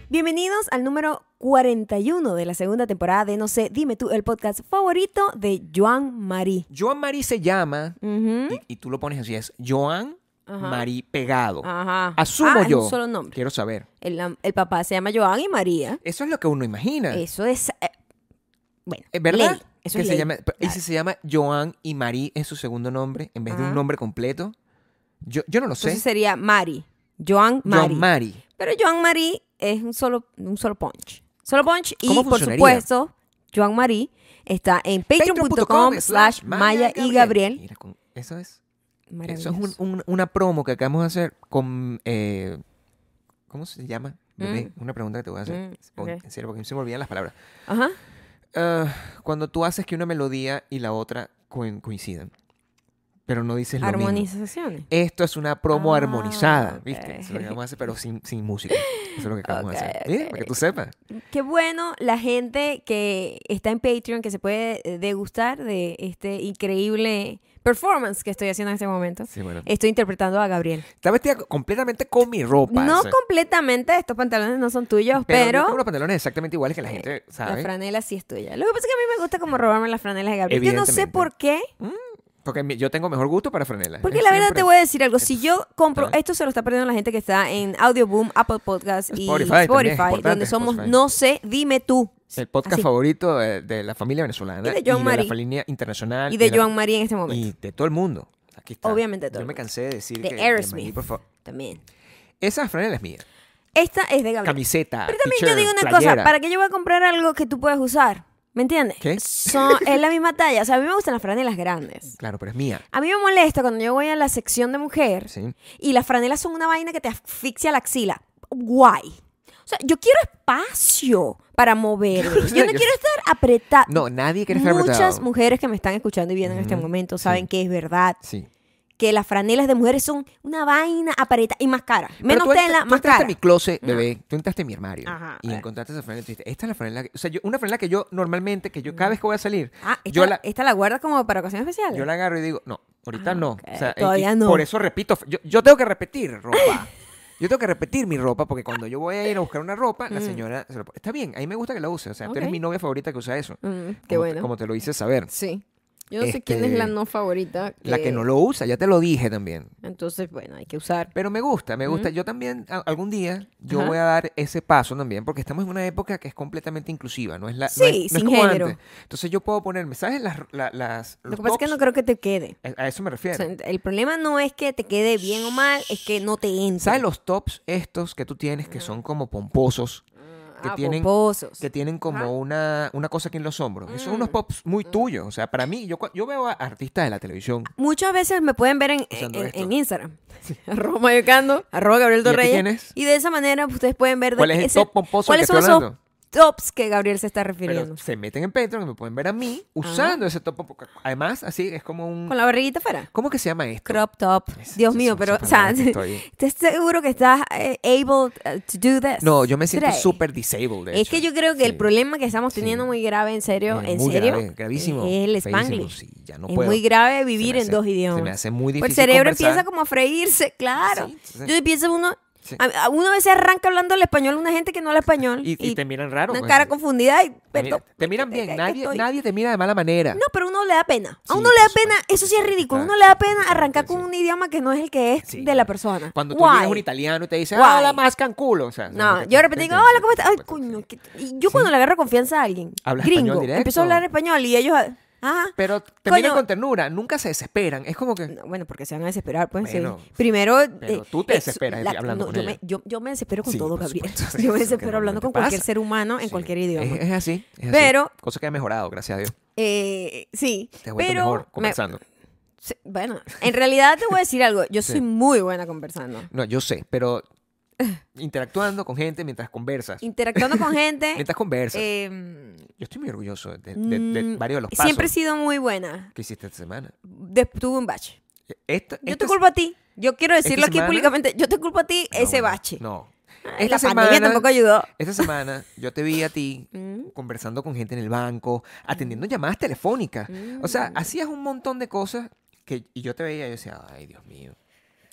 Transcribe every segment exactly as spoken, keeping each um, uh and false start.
Bienvenidos al número cuarenta y uno de la segunda temporada de No sé, dime tú, el podcast favorito de Joan Marí. Joan Marí se llama, Uh-huh. y, y tú lo pones así, es Joan Ajá. Marí pegado. Ajá. Asumo ah, yo. Es un solo nombre. Quiero saber. El, el papá se llama Joan y María. Eso es lo que uno imagina. Eso es... eh, bueno, ¿Es verdad? ley. Eso que es se ley. llama, ¿Y Claro. si se llama Joan y Marí es su segundo nombre en vez de Ajá. un nombre completo? Yo, yo no lo sé. Entonces sería Mari. Joan Marí. Joan Marí. Pero Joan Marí es un solo, un solo punch. Solo punch. Y ¿Cómo por funcionaría? supuesto, Joan Marí está en patreon.com slash Maya y Gabriel. Mira, con- eso es, eso Maravilloso. es un- un- una promo que acabamos de hacer con... eh, ¿Cómo se llama? Bebé, una pregunta que te voy a hacer. Mm, Pon- ok. En serio, porque se me olvidan las palabras. Ajá. Ah, cuando tú haces que una melodía y la otra co- coincidan, pero no dices lo mismo. Armonizaciones. Esto es una promo Ah, armonizada, ok. ¿viste? Eso es lo que vamos a hacer, pero sin, sin música. Eso es lo que acabamos Ok, de hacer. ok. Mira, para que tú sepas. Qué bueno la gente que está en Patreon, que se puede eh, degustar de este increíble performance que estoy haciendo en este momento. Sí, bueno. Estoy interpretando a Gabriel. Está vestida completamente con mi ropa. No o sea, completamente, estos pantalones no son tuyos, pero, pero, yo tengo los pantalones exactamente iguales que la gente, la ¿sabe? franela sí es tuya. Lo que pasa es que a mí me gusta como robarme las franelas de Gabriel. Yo no sé Evidentemente. por qué, Porque mi- yo tengo mejor gusto para franelas. porque Es la verdad siempre- te voy a decir algo. Si yo compro, ¿sabes? esto se lo está perdiendo la gente que está en Audioboom, Apple Podcast y Spotify Spotify, también es importante, donde somos Spotify. No sé, dime tú. El podcast Así. favorito de, de la familia venezolana Y de Joan Marí. la familia internacional Y de la- Joan Marí en este momento. y de todo el mundo. Aquí está. Obviamente de todo Yo el me mundo. cansé de decir De que Aerosmith. Marí, por favor. También. Esa franela es mía. Esta es de Gabriel. Camiseta, Pero también yo t-shirt, digo una playera. cosa, ¿para qué yo voy a comprar algo que tú puedes usar? ¿Me entiendes? ¿Qué? Son, es la misma talla. O sea, a mí me gustan las franelas grandes. Claro, pero es mía. A mí me molesta cuando yo voy a la sección de mujer Sí. y las franelas son una vaina que te asfixia la axila. Guay. O sea, yo quiero espacio para moverme. Yo no Yo- quiero estar apretada. No, nadie quiere estar Muchas apretado. mujeres que me están escuchando y viendo en este Ujú, momento saben sí. que es verdad. Sí. Que las franelas de mujeres son una vaina apretada y más cara. Pero Menos tú entra- tela, tú más entraste cara. a mi closet, bebé. Tú entraste en mi armario. Ajá, y a ver. encontraste esa franela y tú dijiste, esta es la franela que... O sea, yo, una franela que yo normalmente, que yo cada vez que voy a salir, Ah, esta, yo la, esta la guardas como para ocasiones especiales. yo la agarro y digo, no, ahorita Ah, no. ok. O sea, y- Todavía y no. Por eso repito, yo, yo tengo que repetir ropa. Yo tengo que repetir mi ropa porque cuando yo voy a ir a buscar una ropa, la Mm. señora... se lo pone. Está bien, a mí me gusta que la use. O sea, tú eres Ok. mi novia favorita que usa eso. Mm, qué como, bueno. Como te lo hice saber. Sí. Yo no sé Este, quién es la no favorita. La que no lo usa, ya te lo dije también. Entonces, bueno, hay que usar. Pero me gusta, me gusta. Ujú. Yo también, a- algún día, yo Ajá. voy a dar ese paso también, porque estamos en una época que es completamente inclusiva, no es la, no Sí, es- no es sin como género. antes. Entonces yo puedo ponerme, ¿sabes? Las, la- las, Lo los que pasa es que no tops? creo que te quede. A a eso me O refiero. sea, el problema no es que te quede bien o mal, es que no te entre. ¿Sabes los tops estos que tú tienes que son como pomposos, que Ah, tienen- poposos. que tienen como Ajá. una, una cosa aquí en los hombros? Esos son Mm. unos pops muy tuyos. O sea, para mí, yo, cua- yo veo a artistas de la televisión. Muchas veces me pueden ver en, Usando en- esto. en Instagram. arroba mayocando, arroba Gabriel ¿Y aquí Torreyes. quién es? Y de esa manera ustedes pueden ver de ¿Cuál es qué- el ese- top pomposo al cuáles que son estoy esos hablando? tops que Gabriel se está refiriendo. Pero se meten en Patreon y me pueden ver a mí usando ese top. porque Además, así es como un... Con la barriguita afuera. ¿Cómo que se llama esto? Crop top. Es- Dios esas mío, son- pero, son o sea, palabras que estoy- ¿estás seguro que estás eh, able uh, to do this? No, yo me siento today? súper disabled. de Es hecho. que yo creo que el Sí. problema que estamos Sí. teniendo muy grave, en serio, Eh, en muy serio, grave, gravísimo. es el feísimo, Spanglish. sí, ya no es puedo. muy grave Se vivir me en hace- dos Se idiomas. me hace muy Pues difícil el cerebro conversar. empieza como a freírse, claro. Sí, sí. Entonces piensa uno, Sí. a, a uno a veces arranca hablando el español a una gente que no habla español. Y, y te miran raro. una pues. cara confundida y... Te miran, te miran bien. Nadie, nadie te mira de mala manera. No, pero uno le da pena. A Sí, uno le da por pena, supuesto, eso sí es por ridículo. supuesto. Uno le da pena Claro, arrancar sí. con un idioma que no es el que es Sí. de la persona. Cuando tú Why? llegas a un italiano y te dice, Why? hola, más canculo. O sea, No, te- yo de repente te- digo, te- hola, ¿cómo estás? Ay, te- coño. qué- Y yo cuando le agarro confianza a alguien, Habla español gringo, directo. empezó a hablar español y ellos, ajá. Pero te Coño. miran con ternura. Nunca se desesperan. Es como que... No, bueno, porque se van a desesperar, pues. Bueno, sí. Primero. pero eh, tú te es- desesperas la- hablando no, con yo ella. me, yo, yo me desespero con Sí, todo, por Gabriel. supuesto. Yo me Eso que desespero hablando normalmente con cualquier pasa. ser humano en Sí. cualquier idioma. Es, es así, es así. Pero- Cosa que ha mejorado, gracias a Dios. Eh, sí. Te has vuelto pero. mejor me- conversando. sí, bueno, en realidad te voy a decir algo. Yo Sí. soy muy buena conversando. No, yo sé, pero interactuando con gente mientras conversas. Interactuando con gente. Mientras conversas. eh, Yo estoy muy orgulloso de, de- de mm, varios de los pasos siempre he sido muy buena. que hiciste esta semana. De- tuve un bache. Esta, Yo esta te culpo a ti. Yo quiero decirlo aquí semana- públicamente. Yo te culpo a ti No, ese bueno, bache. No. Ay, Esta la pandemia semana, tampoco ayudó. esta semana yo te vi a ti Mm. conversando con gente en el banco, atendiendo llamadas telefónicas. O sea, Mm. hacías un montón de cosas que y yo te veía y yo decía, ay, Dios mío.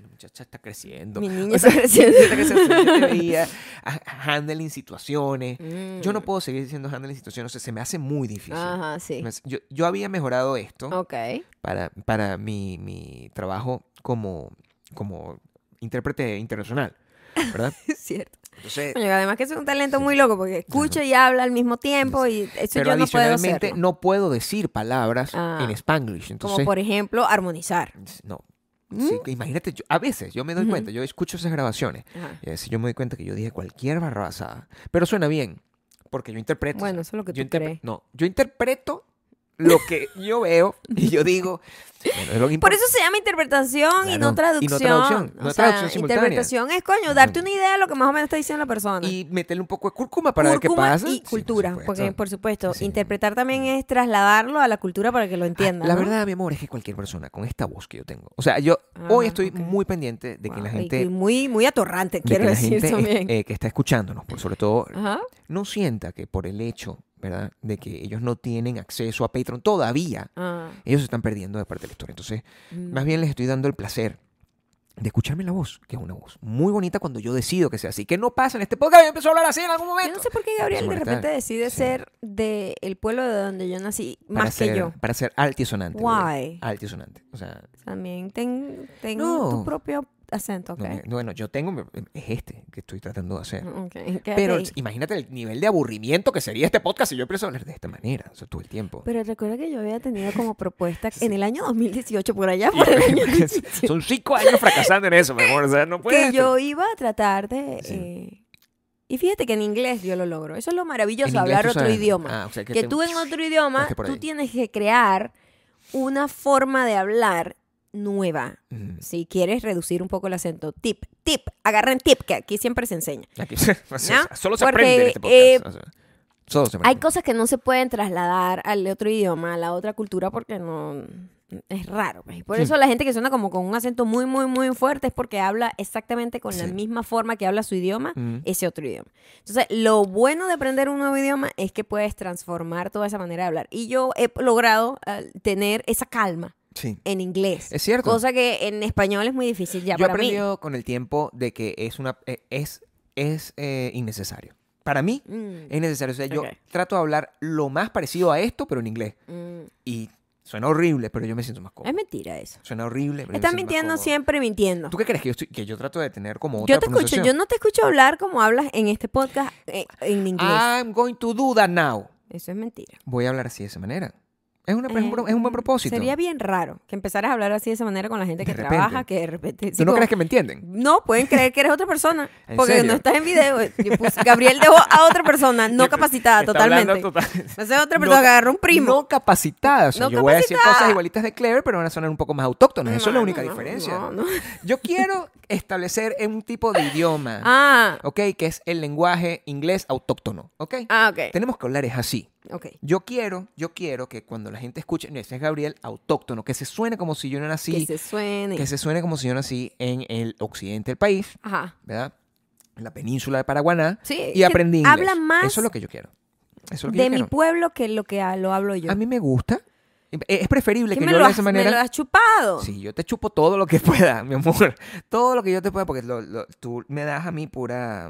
la muchacha está creciendo. Mi niña O sea, está creciendo. está creciendo. Yo te veía a- handling situaciones. Mm. Yo no puedo seguir diciendo handling situaciones. O sea, se me hace muy difícil. Ajá, sí. Me hace- Yo, yo había mejorado esto Ok. para, para mi, mi trabajo como, como intérprete internacional, ¿verdad? Es cierto. Entonces, Coño, además que es un talento Sí. muy loco porque escucha y habla al mismo tiempo y eso pero yo no puedo adicionalmente hacerlo. no puedo decir palabras Ah. en Spanglish. Como Entonces, por ejemplo, armonizar. no. ¿Mm? Sí, imagínate, yo- a veces yo me doy Ujú. cuenta, yo escucho esas grabaciones Ajá. y a veces yo me doy cuenta que yo dije cualquier barrabasada, pero suena bien, porque yo interpreto. Bueno, eso es lo que yo tú interpre- crees. No, yo interpreto lo que yo veo y yo digo, bueno, es lo que Por importa. eso se llama interpretación y Claro, no y traducción. no traducción, no O sea, traducción simultánea. interpretación es, coño, darte una idea de lo que más o menos está diciendo la persona. Y meterle un poco de cúrcuma para ver qué Cúrcuma pasa. y Sí, por cultura, supuesto. porque por supuesto, Sí. interpretar también es trasladarlo a la cultura para que lo entienda. La ¿no? verdad, mi amor, es que cualquier persona con esta voz que yo tengo. O sea, yo Ah, hoy estoy ok. muy pendiente de que Wow, la y- gente. y muy, muy atorrante, de quiero que la decir gente también. eh, que está escuchándonos, por sobre todo, Ajá. no sienta que por el hecho, ¿verdad?, de que ellos no tienen acceso a Patreon todavía, Ah, ellos se están perdiendo de parte de la historia. Entonces, mm. más bien les estoy dando el placer de escucharme la voz, que es una voz muy bonita cuando yo decido que sea así. Que no pasa en este podcast, yo empezó a hablar así en algún Yo momento. no sé por qué Gabriel Eso de molestar. repente decide Sí. ser del pueblo de donde yo nací, Para más ser, que yo. Para ser altisonante. bebé. Why? Altisonante. O sea, También ten, ten No. tu propio acento, ¿ok? no me- bueno, yo tengo, es este que estoy tratando de hacer. Ok, quédate Pero ahí. imagínate el nivel de aburrimiento que sería este podcast si yo empiezo a hablar de esta manera, o sea, todo el tiempo. Pero recuerda que yo había tenido como propuesta Sí. en el año dos mil dieciocho, por allá, por el año Son cinco años fracasando en eso, mi amor. O sea, no puedes. que yo iba a tratar de... Sí. eh, y fíjate que en inglés yo lo logro. Eso es lo maravilloso, En inglés hablar tú otro sabes- idioma. Ah, o sea, que te- tú en otro idioma, es que por tú ahí. tienes que crear una forma de hablar nueva. Mm. Si quieres reducir un poco el acento. Tip, tip, agarren tip, que aquí siempre se enseña. Aquí, o sea, ¿No? solo se Porque, aprende en este eh, podcast. o sea, solo se Hay aprende. cosas que no se pueden trasladar al otro idioma, a la otra cultura, porque no es raro. Pues. Y por Sí. eso la gente que suena como con un acento muy, muy, muy fuerte es porque habla exactamente con la Sí. misma forma que habla su idioma, Mm. ese otro idioma. Entonces, lo bueno de aprender un nuevo idioma es que puedes transformar toda esa manera de hablar. Y yo he logrado eh, tener esa calma Sí. en inglés. Es cierto. Cosa que en español es muy difícil ya Yo he para mí. aprendido con el tiempo de que es una eh, es, es eh, innecesario. Para mí Mm, es necesario. O sea, yo Ok. trato de hablar lo más parecido a esto, pero en inglés. mm. Y suena horrible, pero yo me siento más cómodo. Es mentira eso. Suena horrible, pero yo me Estás siento más mintiendo cómodo. siempre mintiendo. ¿Tú qué crees? Que yo, estoy- que yo trato de tener como otra Yo te escucho, pronunciación? yo no te escucho hablar como hablas en este podcast eh, en inglés. I'm going to do that now. Eso es mentira. Voy a hablar así de esa manera. Es, una, es, un, pro- Eh, es un buen propósito. Sería bien raro que empezaras a hablar así de esa manera con la gente De que repente. trabaja, que de repente... ¿Tú no crees que me entienden? No, pueden creer que eres otra persona. ¿En Porque serio? no estás en video. Yo puse- Gabriel dejó a otra persona no capacitada Está totalmente. hablando total- Esa es otra No- persona que agarró un primo. No capacitada. O sea, No yo voy a decir capacitada. cosas igualitas de Clever, pero van a sonar un poco más autóctonas. Eso es la No, única no, diferencia. no, no. Yo quiero establecer un tipo de idioma, Ah, ¿ok? Que es el lenguaje inglés autóctono, ¿ok? ah, ok. Tenemos que hablar es así. Ok. Yo quiero, yo quiero que cuando la gente escuche, no, ese es Gabriel autóctono, que se suene como si yo no nací, Que se suene. que se suene como si yo nací en el occidente del país, Ajá. ¿verdad? En la península de Paraguaná, Sí, y que aprendí inglés. habla más Eso es lo que yo quiero. Eso es lo que de yo mi quiero. pueblo que lo que a- lo hablo yo. A mí me gusta. Es preferible ¿Qué que me yo lo hable de has- esa me lo manera. has chupado? Sí, yo te chupo todo lo que pueda, mi amor. Todo lo que yo te pueda, porque lo- lo- tú me das a mí pura...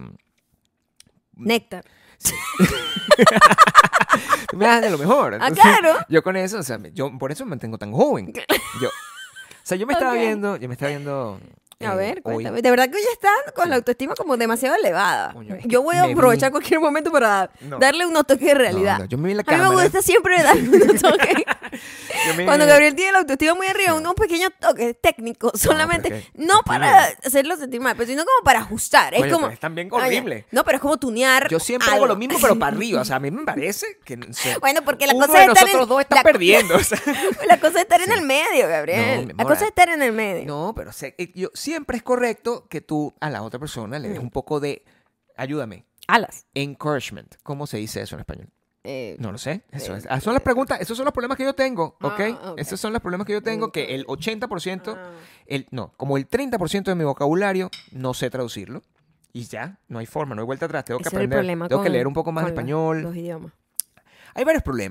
Néctar. Tú me das de lo mejor. Ah, Entonces, claro. Yo con eso, o sea, yo por eso me mantengo tan joven. Yo, o sea, yo me estaba Ok. viendo, yo me estaba viendo... A eh, ver, hoy- cuéntame. De verdad que hoy están con Sí. la autoestima como demasiado elevada. Coño, es que Yo voy a me vi- aprovechar cualquier momento para No. darle unos toques de realidad. No, no, yo me vi en la A mí me cámara. gusta siempre darle unos toques. yo me- Cuando Gabriel tiene la autoestima muy arriba, unos pequeños toques técnicos, solamente, pero es que- no es para tímido. hacerlo sentir mal, pero sino como para ajustar. Es Coño, como, pero es también Oye, horrible. no, pero es como tunear. Yo siempre algo. hago lo mismo, pero para arriba. O sea, a mí me parece que... o sea, Bueno, porque la uno cosa de es estar nosotros en, dos está la- perdiendo. o sea. La cosa es estar en el medio, Gabriel. No, mi la amor, cosa es estar en el medio. No, pero sé- eh, yo, siempre es correcto que tú a la otra persona le des un poco de... Ayúdame. Alas. Encouragement. ¿Cómo se dice eso en español? Eh, No lo sé. Eso Eh, es. Ah, son las preguntas, esos son los problemas que yo tengo, ¿ok? Ah, ok. Esos son los problemas que yo tengo, que el ochenta por ciento, ah. el, no, como el treinta por ciento de mi vocabulario no sé traducirlo. Y ya, no hay forma, no hay vuelta atrás. Tengo que Ese es el aprender, problema tengo que con- leer un poco más de con la- español. los idiomas. Hay varios problemas.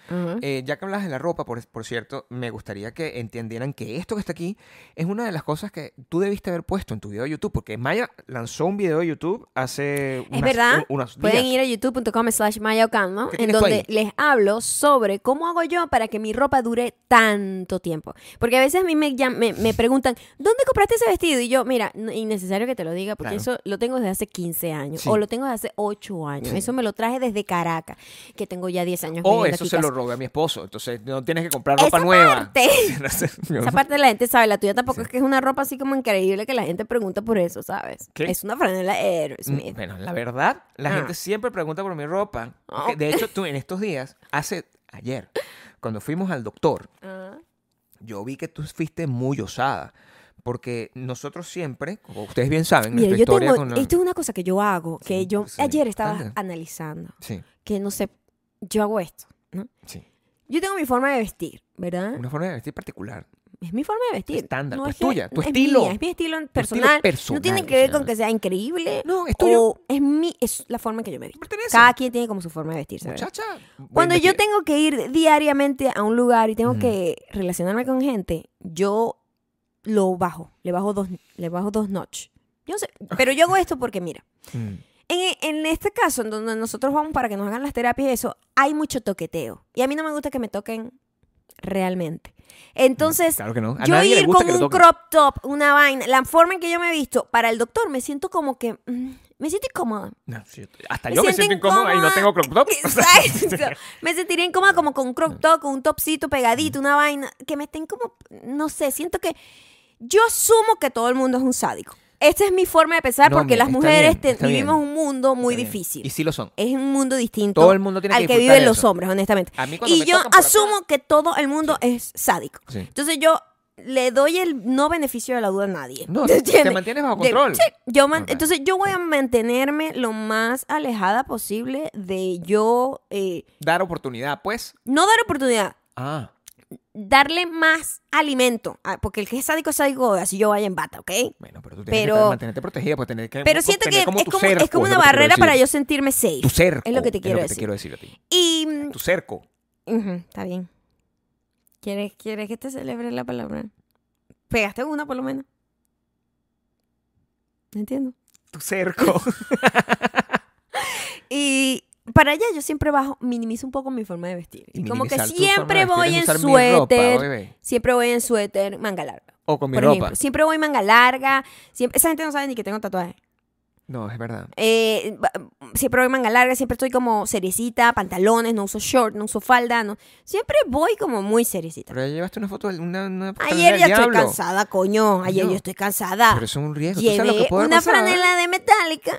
Ajá. Eh, ya que hablas de la ropa, por, por cierto, me gustaría que entendieran que esto que está aquí es una de las cosas que tú debiste haber puesto en tu video de YouTube, porque Maya lanzó un video de YouTube hace Es unas- verdad, un- unos pueden días. ir a youtube punto com slash mayocando, ¿Qué en tienes tú donde ahí? les hablo sobre cómo hago yo para que mi ropa dure tanto tiempo. Porque a veces a mí me, llam- me, me preguntan, ¿dónde compraste ese vestido? Y yo, mira, no- innecesario que te lo diga, porque Claro. eso lo tengo desde hace quince años, Sí. o lo tengo desde hace ocho años. Sí. Eso me lo traje desde Caracas, que tengo ya diez años O viviendo eso aquí se lo casi. robé a mi esposo, entonces no tienes que comprar ropa Esa nueva. parte. Yo- Esa parte la gente sabe, la tuya tampoco Sí. es que es una ropa así como increíble que la gente pregunta por eso, ¿sabes? ¿Qué? Es una franela Mm, Aerosmith. Bueno, la verdad, la Ah. gente siempre pregunta por mi ropa. Ah, porque, de hecho, tú en estos días, hace ayer, cuando fuimos al doctor, Ah. yo vi que tú fuiste muy osada. Porque nosotros siempre, como ustedes bien saben, Mira, nuestra yo historia tengo, con la- esto es una cosa que yo hago, que Sí, yo sí, ayer estaba anda. analizando, Sí, que no sé, yo hago esto, ¿no? sí. Yo tengo mi forma de vestir, ¿verdad? Una forma de vestir particular. Es mi forma de vestir. Estándar, no pues es que- tuya, tu es estilo. mía, es mi estilo estilo personal. personal, No tiene que ver o sea. con que sea increíble. No, es tuyo. O es mi, es la forma en que yo me visto. Pertenece. Cada quien tiene como su forma de vestirse, ¿verdad? Muchacha. voy a Cuando yo investigar. tengo que ir diariamente a un lugar y tengo Ujú. que relacionarme con gente, yo lo bajo, le bajo dos, le bajo dos notch. Yo no sé, pero yo hago esto porque mira, Mm. en, en este caso, en donde nosotros vamos para que nos hagan las terapias y eso, hay mucho toqueteo. Y a mí no me gusta que me toquen realmente. Entonces, Claro que no. A yo nadie le ir gusta con que le un toquen. crop top, una vaina, la forma en que yo me he visto, para el doctor me siento como que... mm, me siento incómoda. No, sí, hasta Me yo me siento siento incómoda y no tengo crop top. Exacto. Me sentiría incómoda como con un crop top, con un topcito pegadito, una vaina, que me estén como... No sé, siento que... Yo asumo que todo el mundo es un sádico. Esta es mi forma de pensar No, porque mira, las está mujeres bien, te- está bien. vivimos un mundo muy Está bien. difícil. Y sí lo son. Es un mundo distinto Todo el mundo tiene que al que disfrutar viven los eso. hombres, honestamente. A mí cuando Y me yo tocan por acá- asumo que todo el mundo es sádico. Sí. Entonces yo le doy el no beneficio de la duda a nadie. No, ¿Entiendes? te mantienes bajo De- control. sí, yo man- Ok. entonces yo voy a mantenerme lo más alejada posible de yo eh, Dar oportunidad, pues. no dar oportunidad, Ah. darle más alimento. Ah, porque el que es sádico es sádico, así yo vaya en bata, ¿ok? Bueno, pero tú tienes Pero- que estar- mantenerte protegida, pues tener que Pero siento tener que como es tu como, cerco, es como es una lo que te quiero barrera para decir. yo sentirme safe. Tu cerco. Es lo que te quiero es lo que decir. te quiero decir a ti. Y mm, Tu cerco. ujú, está bien. ¿Quieres, ¿Quieres que te celebre la palabra? Pegaste una por lo menos. No entiendo. Tu cerco. Y para allá yo siempre bajo, minimizo un poco mi forma de vestir. Y, Y como que minimizar tu siempre forma de voy vestir en es usar mi ropa, suéter. bebé. Siempre voy en suéter, manga larga. O con mi Por ropa. ejemplo, siempre voy manga larga. Siempre, esa gente no sabe ni que tengo tatuajes. No, es verdad. Eh, ba- siempre voy manga larga, siempre estoy como seriecita, pantalones, no uso short, no uso falda, no. Siempre voy como muy seriecita. Pero ya llevaste una foto, de- una, una Ayer del ya estoy diablo. cansada, coño. Ayer Coño. yo estoy cansada. Pero eso es un riesgo. ¿Tú sabes lo Llevé que puede una pasar? franela de metálica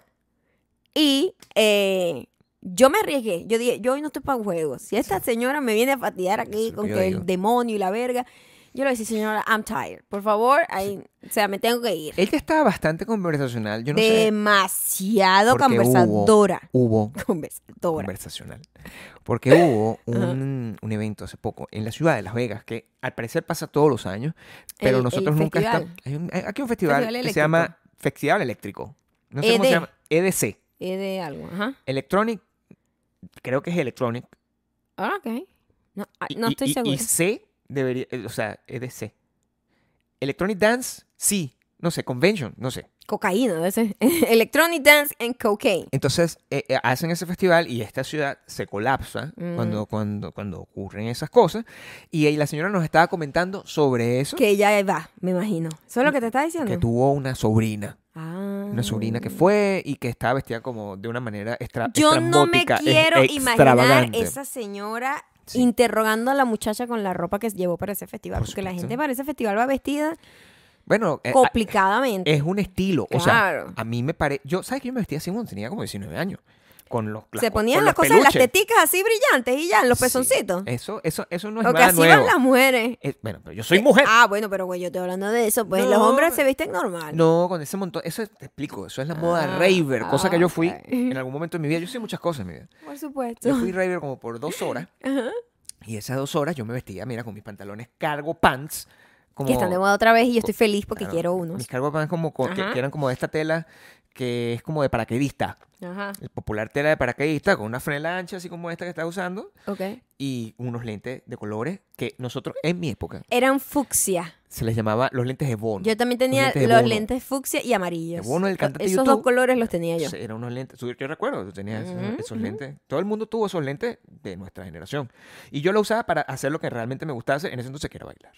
y eh, yo me arriesgué. Yo dije, yo hoy no estoy para juegos. Si esta señora me viene a fatigar aquí Eso es lo con que que yo el digo. demonio y la verga, yo le voy a decir, señora, I'm tired. Por favor, ahí, o sea, me tengo que ir. Ella estaba bastante conversacional. Yo no sé. Demasiado porque conversadora. Hubo, hubo Conversadora. conversacional. Porque hubo un, un evento hace poco en la ciudad de Las Vegas que al parecer pasa todos los años, pero El- nosotros el nunca festival. estamos. Hay un, hay aquí un festival, Festival que eléctrico. se llama Festival Eléctrico. No sé cómo E D. se llama. E D C. Es de algo, ajá. Electronic. Creo que es Electronic. Ah, ok. No, ah, Y- no y- estoy y, segura. Y C debería. eh, O sea, E D C. Electronic Dance, sí. No sé, Convention, no sé. Cocaína, debe ser. Electronic Dance and Cocaine. Entonces eh, eh, hacen ese festival y esta ciudad se colapsa Mm. cuando, cuando, cuando ocurren esas cosas. Y ahí la señora nos estaba comentando sobre eso, Que ella va, me imagino. ¿Eso es lo que te está diciendo? que tuvo una sobrina. Ah. Una sobrina que fue y que estaba vestida como de una manera extra Yo no me estrambótica, quiero ex- imaginar extravagante. esa señora Sí. interrogando a la muchacha con la ropa que llevó para ese festival. Por porque la supuesto. gente para ese festival va vestida Bueno, eh, complicadamente. es un estilo. O Claro. sea, a mí me parece... Yo, ¿sabes que yo me vestía así cuando tenía como diecinueve años? Con los Se con- ponían con las los cosas, las peluches. teticas así brillantes y ya, en los Sí. pezoncitos. Eso, eso, eso no es Porque nada así nuevo. van las mujeres. Eh, bueno, pero yo soy mujer. Ah, bueno, pero güey, yo estoy hablando de eso. Pues No. los hombres se visten normal. No, con ese montón. Eso te explico. Eso es la moda Ah, raver. Cosa que yo fui ok. en algún momento de mi vida. Yo hice muchas cosas en mi vida. Por supuesto. Yo fui raver como por dos horas. Ajá. Y esas dos horas yo me vestía, mira, con mis pantalones cargo pants. Como, Que están de moda otra vez y yo estoy feliz porque claro, quiero unos. Mis cargo pants como, co- que, Ajá. que eran como de esta tela que es como de paracaidista. Ajá. El popular tela de paracaidista con una franela ancha así como esta que estás usando Ok. y unos lentes de colores que nosotros en mi época Eran fucsia. se les llamaba los lentes de Bono. Yo también tenía lentes de los Bono. lentes fucsia y amarillos. De Bono, el cantante de Esos YouTube. dos colores los tenía yo. Sí, eran unos lentes. Tú- Yo recuerdo, tú tenías esos, Ujú, esos ujú. lentes. Todo el mundo tuvo esos lentes de nuestra generación. Y yo lo usaba para hacer lo que realmente me gustaba hacer en ese entonces, que era bailar.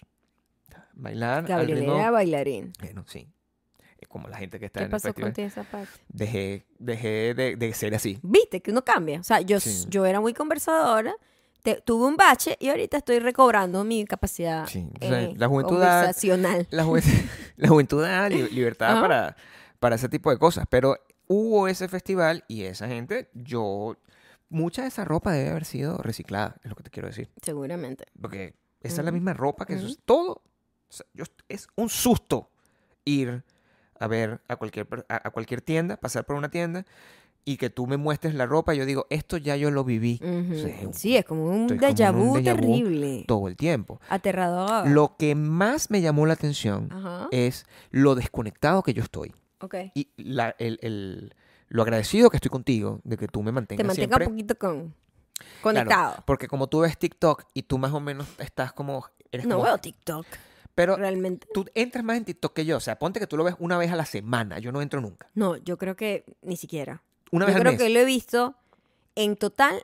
Bailar al Gabriel ritmo. era bailarín. Bueno, sí. Es como la gente que está ¿Qué en el pasó festival. contigo esa parte? Dejé, dejé de, de ser así. Viste que uno cambia. O sea, yo, Sí. yo era muy conversadora, te- tuve un bache y ahorita estoy recobrando mi capacidad Sí, o sea, eh, la juventud da- conversacional. La, juventud, la juventud da li- libertad Ajá. para, para ese tipo de cosas. Pero hubo ese festival y esa gente, yo... Mucha de esa ropa debe haber sido reciclada, es lo que te quiero decir. Seguramente. Porque esa es la Ujú. misma ropa que eso Ujú. es todo. O sea, yo- es un susto ir a ver a cualquier, per- a, a cualquier tienda, pasar por una tienda y que tú me muestres la ropa y yo digo, esto ya yo lo viví. Ujú. O sea, es un- Sí, es como un estoy como déjà en un vu déjà vu terrible. todo el tiempo. Aterrador. Lo que más me llamó la atención Ajá. es lo desconectado que yo estoy Ok. y la- el- el- lo agradecido que estoy contigo de que tú me Te mantengas mantenga siempre. un poquito con... Claro, conectado. porque como tú ves TikTok y tú más o menos estás como... Eres No como- veo TikTok, pero realmente. tú entras más en TikTok que yo. O sea, ponte que tú lo ves una vez a la semana. Yo no entro nunca. No, yo creo que ni siquiera. Una Yo vez al creo mes. que lo he visto en total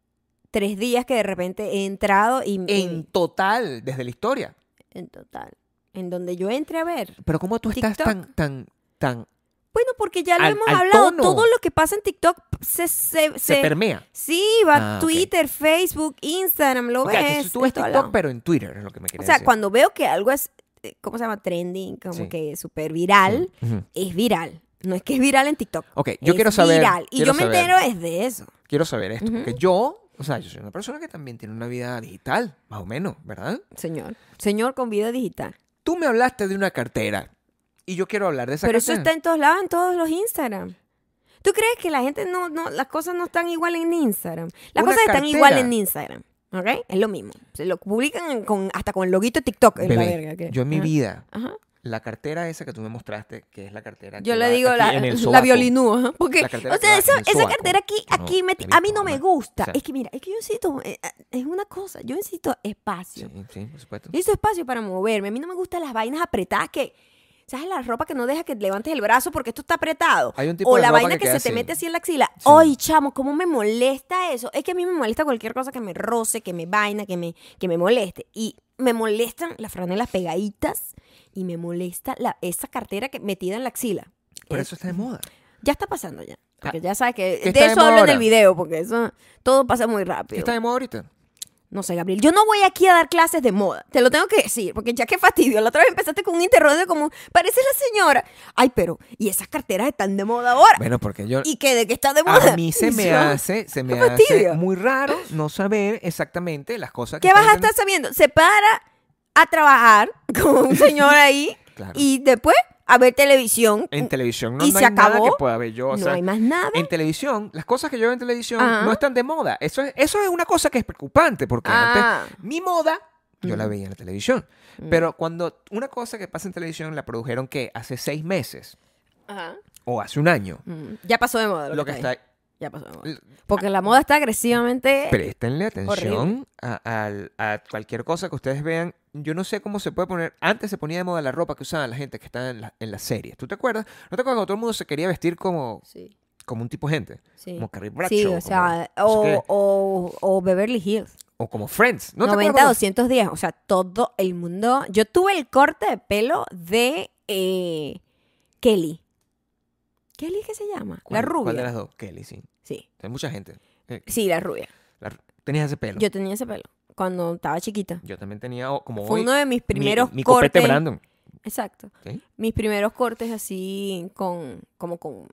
tres días que de repente he entrado y... En total, desde la historia. en total. En donde yo entre a ver. Pero ¿cómo tú estás TikTok. tan, tan, tan... Bueno, porque ya lo Al- hemos al hablado. tono. Todo lo que pasa en TikTok se... se, Se, se- permea? sí, va Ah, a ok. Twitter, Facebook, Instagram, lo Ok, ves. entonces tú en ves todo TikTok, lado. pero en Twitter es lo que me O quería sea, decir. cuando veo que algo es, eh, ¿cómo se llama? Trending, como Sí. que súper viral, Sí. Ujú. es viral. No es que es viral en TikTok. Ok, yo es quiero saber... viral. Y quiero yo me saber- entero es de eso. Quiero saber esto. Ujú. Porque yo... O sea, yo soy una persona que también tiene una vida digital. Más o menos, ¿verdad? Señor. Señor con vida digital. Tú me hablaste de una cartera. Y yo quiero hablar de esa Pero eso cartera. está en todos lados, en todos los Instagram. ¿Tú crees que la gente no, no, las cosas no están igual en Instagram? Las Una cosas están cartera. igual en Instagram, ¿ok? Es lo mismo. Se lo publican con, hasta con el loguito de TikTok en la Bebé, verga. que- yo en mi Ajá. vida, Ajá. la cartera esa que tú me mostraste, que es la cartera Yo que le va digo aquí la, en el la sobaco. violinúa, ajá, porque, La cartera o que sea, va esa, en el esa sobaco. cartera aquí, No, aquí, me- he a mí visto, no me mamá. gusta. O sea, Es que mira, es que yo necesito, eh, eh, es una cosa, yo necesito espacio. Sí, sí, por supuesto. Yo necesito espacio para moverme. A mí no me gustan las vainas apretadas que, ¿sabes? La ropa que no deja que levantes el brazo porque esto está apretado. Hay un tipo O de la ropa vaina que que, queda se te así. mete así en la axila. Sí. Ay, chamo, cómo me molesta eso. Es que a mí me molesta cualquier cosa que me roce, que me vaina, que me, que me moleste. Y me molestan las franelas pegaditas y me molesta la, esa cartera que metida en la axila. Por Eh, eso está de moda. Ya está pasando ya. Porque Ah, ya sabes que ¿qué de está de eso moda hablo en el ahora? video, porque eso todo pasa muy ¿Qué rápido. está de moda ahorita? No sé, Gabriel, yo no voy aquí a dar clases de moda. Te lo tengo que decir, porque ya que fastidio. La otra vez empezaste con un interrogatorio como, pareces la señora. Ay, pero, ¿y esas carteras están de moda ahora? Bueno, porque yo... ¿Y qué? ¿De qué está de moda? A mí se me Yo- hace, se me qué hace fastidio. muy raro no saber exactamente las cosas que ¿Qué vas a están estar sabiendo? Se para a trabajar con un señor ahí Claro. y después a ver televisión. En televisión no, ¿Y no se hay nada acabó? que pueda ver yo. O no sea, hay más nada. en televisión, las cosas que yo veo en televisión Ajá. no están de moda. Eso es, eso es una cosa que es preocupante, porque Ah. antes mi moda yo la Mm. veía en la televisión. Mm. Pero cuando una cosa que pasa en televisión la produjeron que hace seis meses Ajá. o hace un año, Mm, Ya pasó de moda. Lo, lo que que está está... ahí. Ya pasó de moda. Porque la moda está agresivamente... Préstenle atención horrible. a, al- a cualquier cosa que ustedes vean. Yo no sé cómo se puede poner. Antes se ponía de moda la ropa que usaban la gente que estaba en, la- en las series. ¿Tú te acuerdas? ¿No te acuerdas cuando todo el mundo se quería vestir como, Sí, como un tipo de gente? sí. Como Carrie Bradshaw. Sí, o como sea, no sé o, qué. o, o Beverly Hills. O como Friends. ¿No te noventa, acuerdas? doscientos días. O sea, todo el mundo. Yo tuve el corte de pelo de eh, Kelly. ¿Kelly qué se llama? La ¿Cuál- rubia. ¿Cuál de las dos? Kelly, sí. Sí, Hay mucha gente. Eh, sí, la rubia. la- tenías ese pelo. Yo, Yo tenía ese pelo cuando estaba chiquita. también tenía o- como Fue hoy. uno de mis mi- primeros mi, cortes. copete Brandon. Exacto. ¿Sí? Mis primeros cortes así con, como con,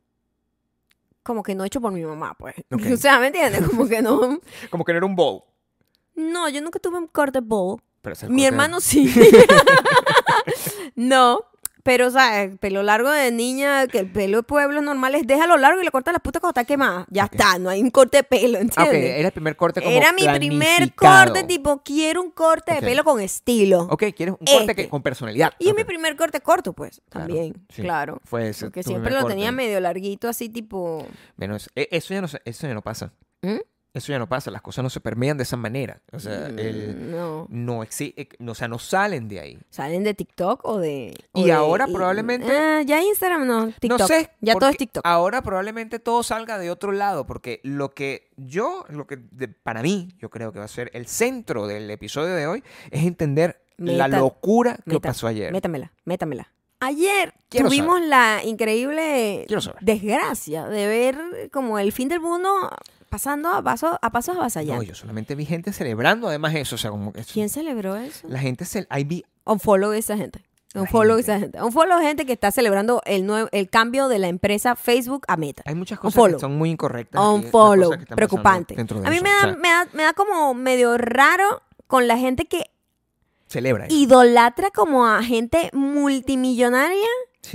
como que no hecho por mi mamá, pues. Ok. O sea, ¿me entiendes? Como que no. Como que no era un bowl. No, yo nunca tuve un corte bowl. Pero es el Mi corte- hermano sí. No, Pero, o sea, el pelo largo de niña, que el pelo de pueblo normal es déjalo largo y le cortas la puta cuando está quemada. Ya Ok. está, no hay un corte de pelo, Ah, ¿entiendes? ok, era el primer corte como Era mi primer planificado. corte, tipo, quiero un corte Ok. de pelo con estilo. Ok, quieres un corte Este. que, con personalidad. Y es Ok. mi primer corte corto, pues, Claro, también, sí. claro. Fue ese Porque tu siempre primer lo corte. tenía medio larguito, así tipo... Bueno, eso, e- eso ya no, se- eso ya no pasa. ¿Mm? Eso ya no pasa. Las cosas no se permean de esa manera. O sea, el, Mm, no. no exi- eh, o sea, no salen de ahí. ¿Salen de TikTok o de...? o Y de- ahora probablemente- Ah, ya Instagram no, TikTok. No sé. Ya todo es porque TikTok. Ahora probablemente todo salga de otro lado. Porque lo que yo, lo que de- para mí, yo creo que va a ser el centro del episodio de hoy, es entender la Meta- locura que Meta- pasó ayer. Métamela, métamela. Ayer Quiero tuvimos la increíble Quiero saber. desgracia de ver como el fin del mundo pasando a pasos a pasos No, avasallantes. yo solamente vi gente celebrando además eso. O sea, como que eso- ¿Quién celebró eso? la gente se... Ahí vi... Unfollow esa gente. La Unfollow gente. esa gente. Unfollow gente que está celebrando el nuevo, el cambio de la empresa Facebook a Meta. Hay muchas cosas Unfollow. que son muy incorrectas. aquí, las Unfollow. cosas que están Preocupante. pasando dentro de A mí eso. me O da, sea, me, da, me da como medio raro con la gente que celebra eso. idolatra como a gente multimillonaria Sí.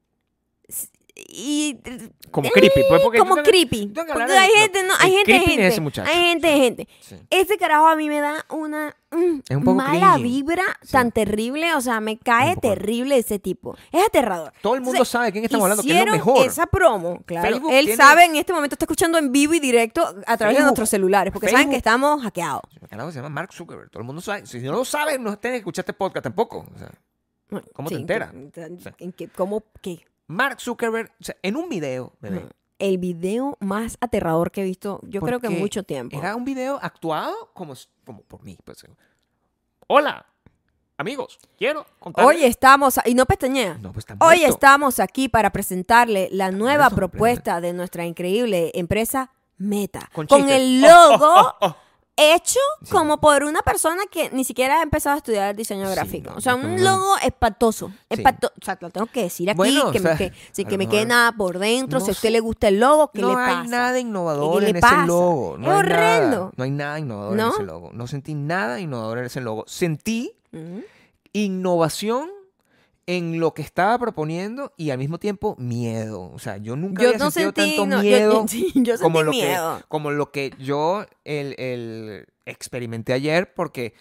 y Como Eh, creepy. Pues, porque como tú tengas- creepy. tú tengas que Porque hablar de hay lo- gente, no, el hay gente, hay creepy de gente. ese muchacho. Hay gente, hay gente. Sí. Ese carajo a mí me da una mm, Es un poco mala cringy. vibra Sí. tan terrible. O sea, me cae Un poco. terrible ese tipo. Es aterrador. Todo el mundo Entonces, sabe de quién estamos hablando, que es lo hicieron mejor. esa promo, claro. Facebook Él tiene- sabe en este momento, está escuchando en vivo y directo a través de Facebook- nuestros celulares, porque saben Facebook- que estamos hackeados. El carajo se llama Mark Zuckerberg. Todo el mundo sabe. Si no lo saben, no tienes que escuchar este podcast tampoco. O sea, Bueno, ¿Cómo te sí, enteras? ¿en O sea, qué- en qué- ¿Cómo qué? Mark Zuckerberg, o sea, en un video, bebé, No. El video más aterrador que he visto, yo creo que en porque mucho tiempo. Era un video actuado como, como por mí. Pues. Hola, amigos, quiero contarles... Hoy estamos, a- y no pestañea. No, pues está Hoy muerto. estamos aquí para presentarle la nueva muerto, propuesta de nuestra increíble empresa Meta. Con Con, chistes. el Oh, logo oh, oh, oh. hecho Sí. como por una persona que ni siquiera ha empezado a estudiar diseño Sí, gráfico. no, O sea, no, un no. logo espantoso. Sí. espanto- O sea, lo tengo que decir aquí, Bueno, que, o sea, me, que, sin a que lo me quede mejor- nada por dentro. no si a usted sé. le gusta el logo, ¿qué no le hay pasa? nada innovador ¿Qué le en pasa? ese logo. No Es hay horrendo. Nada, no hay nada innovador ¿No? en ese logo. No sentí nada innovador en ese logo. Sentí Ujú. innovación en lo que estaba proponiendo y al mismo tiempo miedo. O sea, yo nunca Yo había no sentido sentí, tanto no, yo- miedo yo, sí, yo como, sentí lo miedo. Que, como lo que yo el, el experimenté ayer porque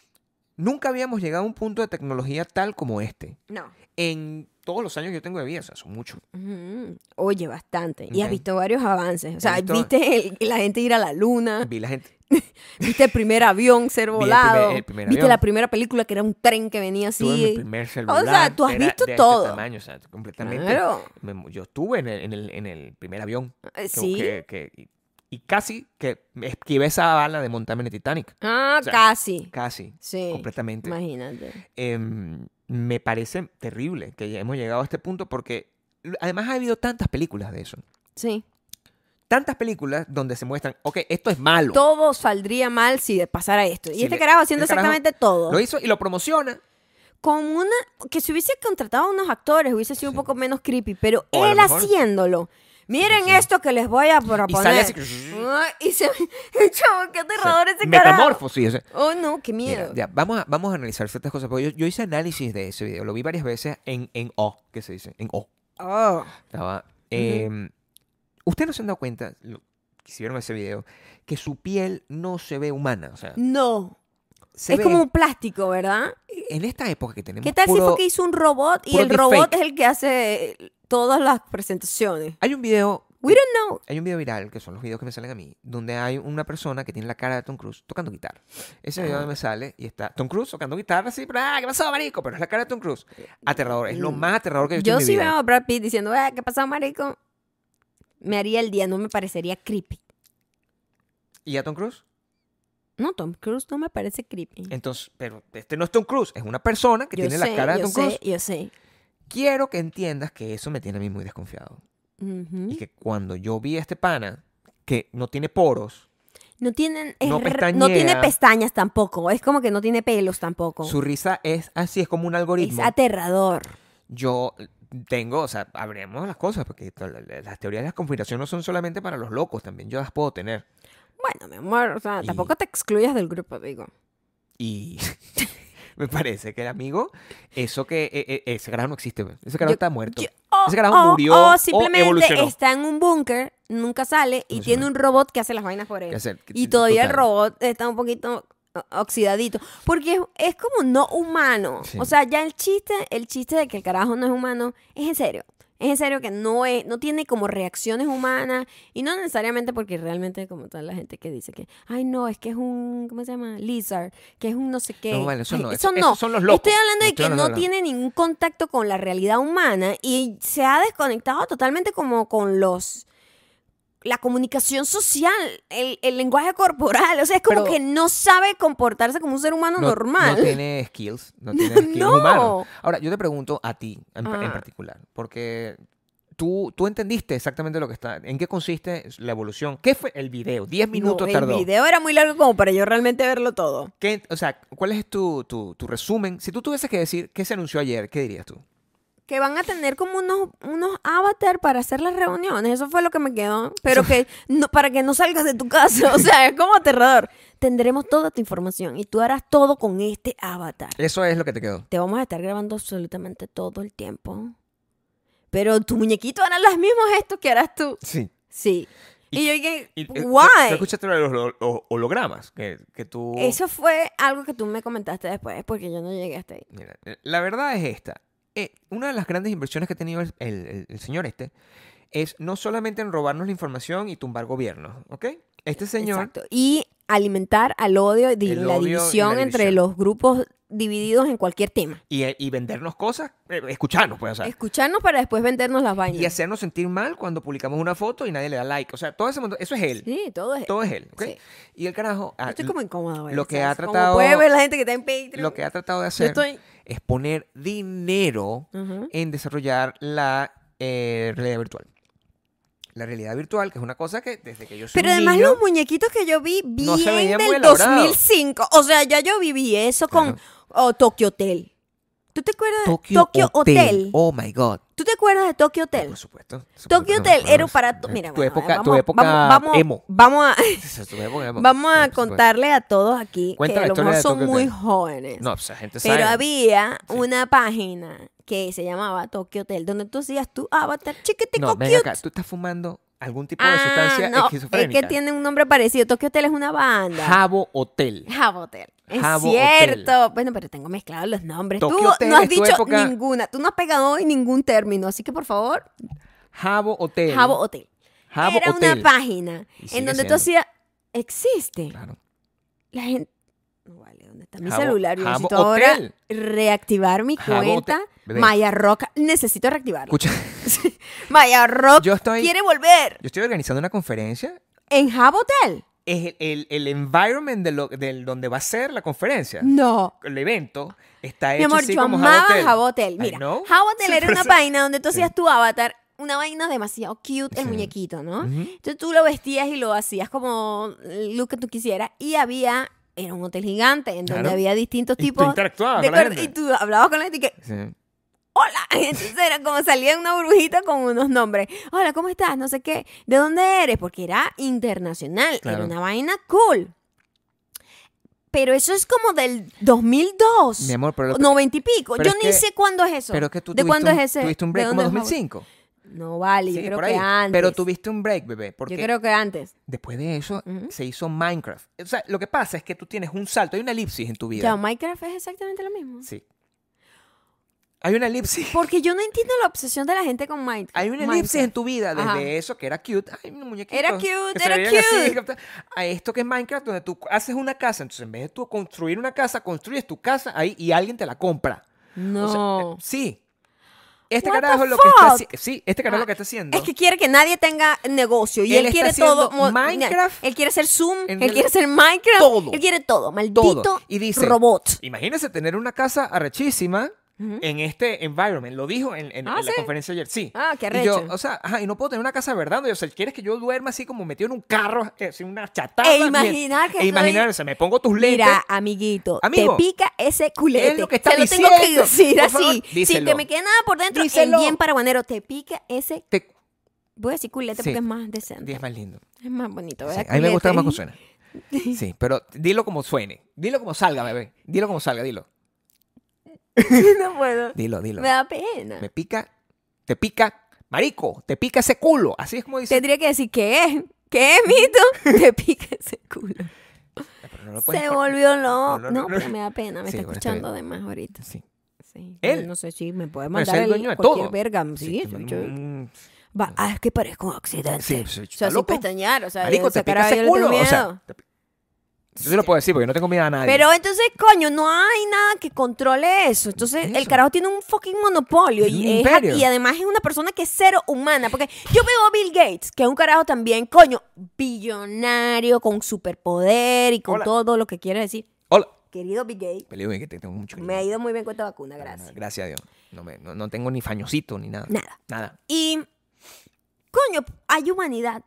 nunca habíamos llegado a un punto de tecnología tal como este. No. En todos los años que yo tengo de vida, o sea, son muchos. Ujú. Oye, bastante. Y has Ok. visto varios avances. O He sea, visto- viste el- la gente ir a la luna, Vi la gente... viste el primer avión ser Vi el primer- volado, el primer viste avión. la primera película que era un tren que venía Tuve mi así. primer celular. sea, tú has era visto de todo. Este tamaño, o sea, completamente. Claro. Me- yo estuve en el, en el, en el primer avión. Eh, que- Sí. que- que- y, y casi que esquivé esa bala de montarme en el Titanic. Ah, o sea, casi. Casi. Sí. Completamente. Imagínate. Em, me parece terrible que ya hemos llegado a este punto porque además ha habido tantas películas de eso. Sí. Tantas películas donde se muestran, ok, esto es malo. Todo saldría mal si pasara esto. Y Si este le- carajo haciendo el carajo exactamente todo. Lo hizo y lo promociona. Con una. Que si hubiese contratado a unos actores hubiese sido Sí. un poco menos creepy. Pero O a lo él mejor- haciéndolo. Miren sí. esto que les voy a proponer. Y sale así. Ay, y se. Chavo, qué aterrador ese carajo. Metamorfosis. o sea, Oh, no, qué Mira, miedo. ya, vamos, a, vamos a analizar ciertas cosas. Porque yo, yo hice análisis de ese video. Lo vi varias veces en, en O, que se dice, en O. Oh. Estaba, eh, Ustedes no se han dado cuenta, lo- si vieron ese video, que su piel no se ve humana. O sea, No. se es ve- como un plástico, ¿verdad? En esta época que tenemos ¿Qué tal si puro- fue que hizo un robot y puro el robot deepfake. es el que hace todas las presentaciones? Hay un video... We don't know. Hay un video viral, que son los videos que me salen a mí, donde hay una persona que tiene la cara de Tom Cruise tocando guitarra. Ese video Ah. me sale y está Tom Cruise tocando guitarra así, pero ¡ah, qué pasó, marico! Pero es la cara de Tom Cruise. Aterrador, es lo Mm. más aterrador que he visto Yo en mi sí vida. veo a Brad Pitt diciendo, "Ah, ¿qué pasó, marico?" Me haría el día, no me parecería creepy. ¿Y a Tom Cruise? No, Tom Cruise no me parece creepy. Entonces, pero este no es Tom Cruise, es una persona que Yo tiene sé, la cara de yo Tom sé, Cruise. yo sé. Quiero que entiendas que eso me tiene a mí muy desconfiado. Ujú. Y que cuando yo vi a este pana, que no tiene poros, No tienen, es no r- pestañea. no tiene pestañas tampoco. Es como que no tiene pelos tampoco. su risa es así, es como un Es algoritmo. aterrador. Yo tengo, o sea, hablemos las cosas, porque to- las teorías de la conspiración no son solamente para los locos, también yo las puedo tener. Bueno, mi amor, o sea, Y- tampoco te excluyas del grupo, digo. Y Me parece que el amigo, eso que... eh, eh, ese carajo no existe. Pues. Ese carajo Yo- está muerto. yo- oh, ese carajo oh, murió oh, o simplemente evolucionó. está en un búnker, nunca sale y No tiene sabe. un robot que hace las vainas por él. ¿Qué hacer? Y todavía el Total. robot está un poquito o- oxidadito. Porque es, es como no humano. Sí. O sea, ya el chiste, el chiste de que el carajo no es humano, es en serio. Es en serio que no es, no tiene como reacciones humanas. Y no necesariamente porque realmente como tal la gente que dice que, ay no, es que es un, ¿cómo se llama? Lizard, que es un no sé qué. No, vale, eso Ay, no. eso eso- no. esos son los locos. Estoy hablando de estoy que hablando no de los- tiene ningún contacto con la realidad humana y se ha desconectado totalmente como con los la comunicación social, el, el lenguaje corporal, o sea, es como Pero- que no sabe comportarse como un ser humano no, normal. No tiene skills. No tiene skills No. humanos. Ahora, yo te pregunto a ti en, en Ah. particular. Porque tú, tú entendiste exactamente lo que está... ¿En qué consiste la evolución? ¿Qué fue el video? Diez minutos No, tardó. El video era muy largo como para yo realmente verlo todo. ¿Qué- o sea, ¿cuál es tu, tu, tu resumen? Si tú tuvieses que decir qué se anunció ayer, ¿qué dirías tú? Que van a tener como unos, unos avatar para hacer las reuniones. Eso fue lo que me quedó. Pero que no, para que no salgas de tu casa. O sea, es como aterrador. Tendremos toda tu información y tú harás todo con este avatar. Eso es lo que te quedó. Te vamos a estar grabando absolutamente todo el tiempo. Pero tu muñequito hará los mismos gestos que harás tú. Sí. Sí. Y, Y- yo dije, Y, eh, guay. ¿tú escuchaste lo de los, holo- los hologramas? Que, que tú... Eso fue algo que tú me comentaste después, porque yo no llegué hasta ahí. Mira, eh, la verdad es esta. Eh, una de las grandes inversiones que ha tenido el, el- el- el señor este es no solamente en robarnos la información y tumbar gobiernos, ¿ok? Este señor... Exacto. Y alimentar al odio y El la odio y la división entre división. los grupos divididos en cualquier tema. Y, eh, y vendernos cosas, eh, escucharnos, pues, o sea. Escucharnos para después vendernos las vainas. Y hacernos sentir mal cuando publicamos una foto y nadie le da like. O sea, todo ese montón, eso es él. Sí, todo es... Todo es él, ¿ok? Sí. Y el carajo... Yo ah, estoy como incómoda, güey. lo que ha Como tratado- puede ver la gente que está en Patreon. Lo que ha tratado de Yo hacer estoy... es poner dinero Ujú. en desarrollar la eh, realidad virtual. La realidad virtual, que es una cosa que desde que yo soy Pero un además niño, los muñequitos que yo vi No bien se veían muy del dos elaborados. mil cinco. O sea, ya yo viví eso con Claro. oh, Tokyo Hotel. ¿Tú te acuerdas de Tokyo, Tokyo Hotel. Hotel? Oh my God. ¿Tú te acuerdas de Tokyo Por Hotel? supuesto. por Tokyo supuesto, Hotel no, era no, para... no, tu- Mira, tu bueno, época, vamos, tu época vamos, vamos, emo. Vamos a, Esa es tu época emo. vamos Sí, a por supuesto. contarle a todos aquí Cuenta que la a lo historia mejor de son Tokyo muy Hotel. jóvenes. No, pues la gente Pero sabe. había Sí. una página que se llamaba Tokyo Hotel, donde tú hacías tu avatar chiquitico No, ven cute. acá. Tú estás fumando algún tipo de Ah, sustancia no, es esquizofrénica. que tiene un nombre parecido. Tokyo Hotel es una banda. Jabo Hotel. Jabo Hotel. Es Jabo cierto. Bueno, pero tengo mezclados los nombres. Tokyo Tú Hotel no has es tu dicho época- ninguna. Tú no has pegado hoy ningún término. Así que, por favor, Jabo Hotel. Jabo Hotel. Jabo Era Hotel. una página Y sigue en donde tú siendo. hacías... Existe. Claro. La gente... No vale, ¿dónde está mi Jabo- celular? Yo Jabo necesito ahora Hotel. reactivar mi Jabo cuenta. Hotel. Bebé. Maya Rock. Necesito reactivarla. Escucha, Maya Rock yo estoy, quiere volver. yo estoy organizando una conferencia. ¿En Jabo Hotel? Es el, el, el environment de lo, del donde va a ser la conferencia. No. El evento está Mi hecho amor, así yo como amaba Jabo Hotel. Jabo Hotel. I Mira, know. Jabo Hotel Sí, era por una eso- página donde tú hacías Sí. tu avatar, una vaina demasiado cute, el Sí. muñequito, ¿no? Ujú. Entonces tú lo vestías y lo hacías como el look que tú quisieras. Y había, era un hotel gigante en donde Claro. había distintos Y tú tipos interactuabas de con la cor- gente. Y tú hablabas con la gente y que, Sí. hola. Entonces era como salía una burbujita con unos nombres. Hola, ¿cómo estás? No sé qué. ¿De dónde eres? Porque era internacional. Claro. Era una vaina cool. Pero eso es como del dos mil dos. Mi amor, pero, lo- noventa y pico. pero Yo es ni que- sé cuándo es eso. pero es que tú ¿De tuviste cuándo un, es ese? tuviste un ¿De break como dónde dos es mil Jabo? cinco. No vale, yo Sí, creo por que ahí. antes. Pero tuviste un break, bebé. Porque Yo creo que antes. después de eso Ujú. se hizo Minecraft. O sea, lo que pasa es que tú tienes un salto, hay una elipsis en tu vida. Ya, Minecraft es exactamente lo mismo. Sí. Hay una elipsis. Porque yo no entiendo la obsesión de la gente con Minecraft. Hay una elipsis en tu vida desde Ajá. eso que era cute. Ay, un muñequito. Era cute, que se era veían así, cute. a esto que es Minecraft, donde tú haces una casa. Entonces, en vez de tú construir una casa, construyes tu casa ahí y alguien te la compra. No. O sea, eh, sí. Este What carajo the lo que está fuck? haciendo. Sí, este carajo Ah, lo que está haciendo. Es que quiere que nadie tenga negocio. Y Él él, está quiere haciendo todo. mo- Minecraft. Él quiere ser Zoom. En Él realidad- quiere ser Minecraft. Todo. Él quiere todo. Maldito Todo. Y dice, robot. Imagínese tener una casa arrechísima Ujú. en este environment. Lo dijo en, en- Ah, en la ¿sí? conferencia ayer. Sí. Ah, qué Y yo, arrecho. o sea, ajá, y no puedo tener una casa de verdad. O sea, ¿quieres que yo duerma así como metido en un carro, eh, así una chatarra? E imaginar que E imaginar, estoy- o sea, me pongo tus lentes. Mira, amiguito, Amigo, te pica ese culete. es lo que está Se lo tengo que diciendo. decir Por así, favor, sin díselo. que me quede nada por dentro. Díselo. En bien paraguanero, te pica ese... te- Voy a decir culete Sí. porque es más decente. es más lindo. Es más bonito, Sí, ¿verdad? a mí me gusta Culete. más como suena. Sí, pero dilo como suene. Dilo como salga, bebé. Dilo como salga, dilo. No puedo. Dilo, dilo. Me da pena. Me pica, te pica, marico, te pica ese culo. Así es como dice. Tendría que decir, ¿qué es? ¿Qué es, Mito? Te pica ese culo. Pero no lo puedes Se por- volvió loco. No, No, no, no, no. pero me da pena. Me Sí, está bueno, está escuchando bien. además ahorita. Sí. Sí. Él. Yo no sé si me puede Pero es mandar el el dueño de cualquier todo. verga. Sí, te soy mando yo. un- Va, ah, es que parezco un accidente. Sí, sí, O está sea, sin loco. pestañear. O sea, Marico, esa te pica cara ese yo le tengo culo. O miedo. sea, te pi- yo se lo puedo decir porque yo no tengo miedo a nadie. Pero entonces, coño, no hay nada que controle eso. Entonces, ¿Qué es el eso? carajo tiene un fucking monopolio. Es un Y, es- imperio. y además es una persona que es cero humana. Porque yo veo a Bill Gates, que es un carajo también, coño, billonario, con superpoder y con Hola. todo lo que quiere decir. Hola. Querido Bill Gates, Peleo, que te tengo mucho cariño. me ha ido muy bien con esta vacuna, No, no, gracias. Gracias a Dios. No, me, no, no tengo ni fañosito ni nada. Nada. Nada. Y, coño, hay humanidad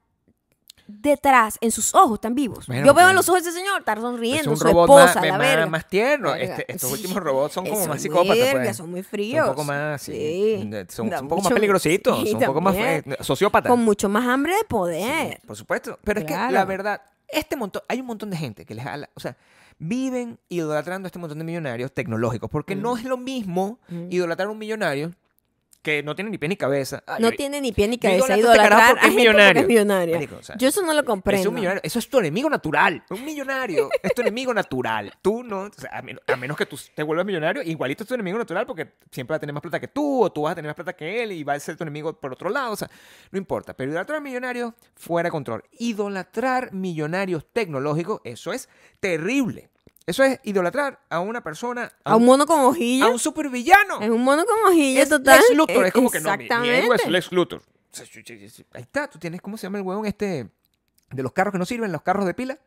detrás, en sus ojos, están vivos. Bueno, Yo veo pero- en los ojos de ese señor, estar Es sonriendo, un su robot esposa, más, la más, verga. más tierno. Verga. Este- estos Sí. últimos robots son como Son más psicópatas. verga, Pues. son muy Son fríos. un poco más, sí. Sí. Son, Da son un poco más mucho- peligrositos. sí, son un poco más también. eh, sociópatas. Con mucho más hambre de Sí, poder. por supuesto. Pero es que Claro. la verdad, este montón, hay un montón de gente que les jala, o sea, viven idolatrando a este montón de millonarios tecnológicos, porque Mm. no es lo mismo Mm. idolatrar a un millonario que no tiene ni pie ni cabeza. Ay, No yo- tiene ni pie ni yo cabeza idolatro a este carajo idolatrar porque a es gente porque millonario. es millonario. Marico, o sea, Yo eso no lo Es comprendo. un millonario. Eso es tu enemigo natural. Un millonario es tu enemigo natural. Tú no. O sea, a, men- a menos que tú te vuelvas millonario, igualito es tu enemigo natural porque siempre va a tener más plata que tú o tú vas a tener más plata que él y va a ser tu enemigo por otro lado. O sea, no importa. Pero idolatrar millonarios, fuera de control. Idolatrar millonarios tecnológicos, eso es terrible. Eso es idolatrar a una persona, A un mono con hojillas. a un supervillano. Es un mono con hojillas Es total. Lex Luthor, Eh, es como que no, mi- mi Exactamente. héroe es Lex Luthor. O sea, sí, sí, sí. Ahí está, tú tienes, ¿cómo se llama el huevón este de los carros que no sirven, los carros de pila?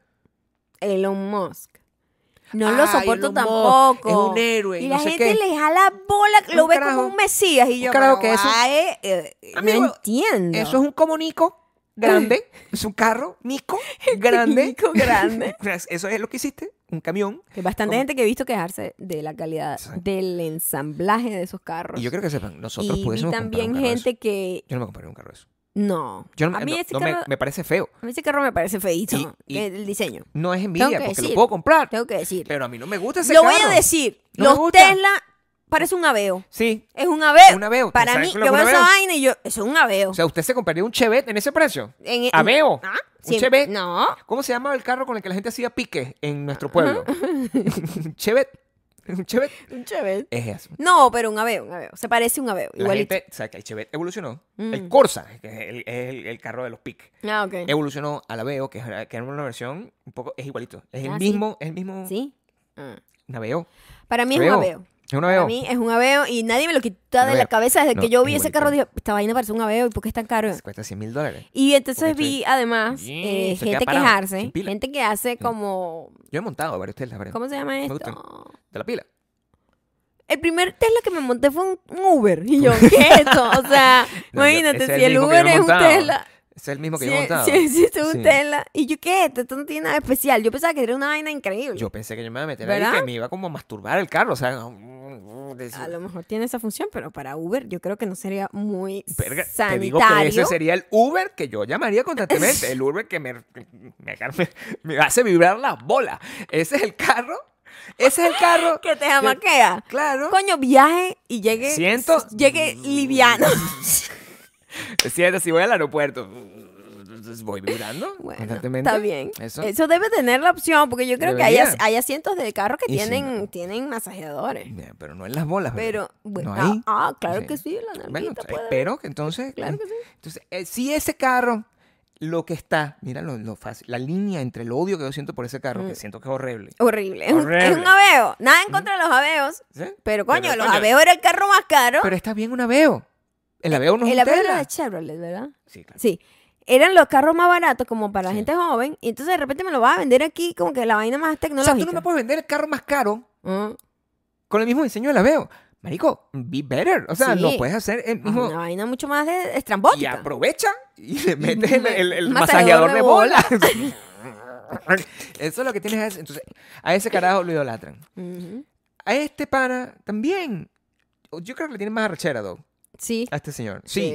Elon Musk. No lo Ay, soporto Elon Musk, tampoco. es un héroe, Y no la sé gente qué. le jala bola, lo Un ve carajo. como un mesías. Y yo, Un carajo pero, que eso- ay, eh, eh, Amigo, no entiendo. Eso es un comunico grande, es un carro, Nico, grande. Nico grande. Eso es lo que hiciste, un camión. Que bastante Como- gente que he visto quejarse de la calidad Sí. del ensamblaje de esos carros. Y yo creo que sepan, nosotros Y vi pudiésemos también comprar un carro de gente que... eso. Yo no me compraría un carro de eso. No. Yo no, a mí no- ese no me, carro... me parece feo. A mí ese carro me parece feíto. Y- y- el diseño. No es envidia, que porque decir. lo puedo comprar. Tengo que decir. Pero a mí no me gusta ese Lo carro. voy a decir. No me los gusta. Tesla parece un Aveo. Sí, Es un Aveo. un Aveo. Para ¿Sabes mí, lo que yo es veo un esa Aveo? vaina y yo, eso es un Aveo. O sea, ¿usted se compraría un Chevette en ese precio? En- Aveo. ¿Ah? Un Sí. Chevette. No. ¿Cómo se llamaba el carro con el que la gente hacía piques en nuestro pueblo? Un Chevette. Un Chevette. Un Chevette. Es eso. No, pero un Aveo, un Aveo. Se parece a un Aveo. La Igualito. gente, o sea, que el Chevette evolucionó. Mm. El Corsa, que es el, es el- el carro de los piques, Ah, ok. evolucionó al Aveo, que era, que era una versión un poco, es igualito. Es el Ah, sí. mismo, es el mismo, ¿Sí? Ah. un Aveo. Para mí es un Aveo. Aveo. Es un Para Aveo. mí es un Aveo y nadie me lo quita Un de la Aveo. cabeza. Desde No, que yo vi es ese igualito. carro dije, esta vaina parece un Aveo. ¿Y por qué es tan caro? Cuesta cien mil dólares. Y entonces Porque vi estoy- además Sí, eh, se queda gente parado, quejarse. sin pila. Gente que hace como... Yo he montado varios Tesla, varios. ¿Cómo se llama Me esto? gustan. De la pila. El primer Tesla que me monté fue un, un Uber. Y yo, ¿qué es esto? O sea, No, yo- imagínate, ese es si el el mismo que yo Uber he es un montado. Tesla. Es el mismo que Si, yo he montado. si existe un Sí. Tesla. Y yo, ¿qué? Esto no tiene nada especial. Yo pensaba que era una vaina increíble. Yo pensé que yo me iba a meter ahí ¿Verdad? que me iba como a masturbar el carro. O sea, A lo mejor tiene esa función, pero para Uber yo creo que no sería muy verga, te sanitario. digo que ese sería el Uber que yo llamaría constantemente. El Uber que me, me, me- me hace vibrar las bolas. Ese es el carro. Ese es el carro. Que te jamaquea. Claro. Coño, viaje y llegue... Siento- Llegue liviano. Te sientes, si voy al aeropuerto, voy vibrando Bueno, constantemente. está bien. Eso. Eso. debe tener la opción, porque yo creo que hay, Debería. as- hay asientos de carro que Y sí, tienen, no. tienen masajeadores. Ya, pero no en las bolas. ¿verdad? Pero, bueno, No ah, hay. ah, claro Sí. que sí, la nalguita Bueno, puede- espero que entonces. Claro que sí. Entonces, eh, si ese carro, lo que está, mira lo, lo fácil, la línea entre el odio que yo siento por ese carro, Mm. que siento que es horrible. Horrible. Es un, Horrible. es un aveo. Nada en contra de los aveos. ¿Sí? Pero, coño, Pero, los coño, aveos era el carro más caro. Pero está bien un Aveo. El Aveo no es el un aveo era Tesla. de Chevrolet, ¿verdad? Sí, claro. Sí. Eran los carros más baratos como para la Sí. gente joven. Y entonces de repente me lo vas a vender aquí como que la vaina más O sea, tecnológica. tú no me puedes vender el carro más caro Ah, con el mismo diseño del Aveo. Marico, be better. O sea, Sí. lo puedes hacer el mismo. una vaina mucho más de, Y estrambótica. aprovecha y le metes el, el- el Masajeador masajeador de de bola. Eso es lo que tienes que hacer. Entonces, a ese carajo lo idolatran. Ujú. A este pana también. Yo creo que le tienen más arrechera, Doc, Sí. a este señor. Sí.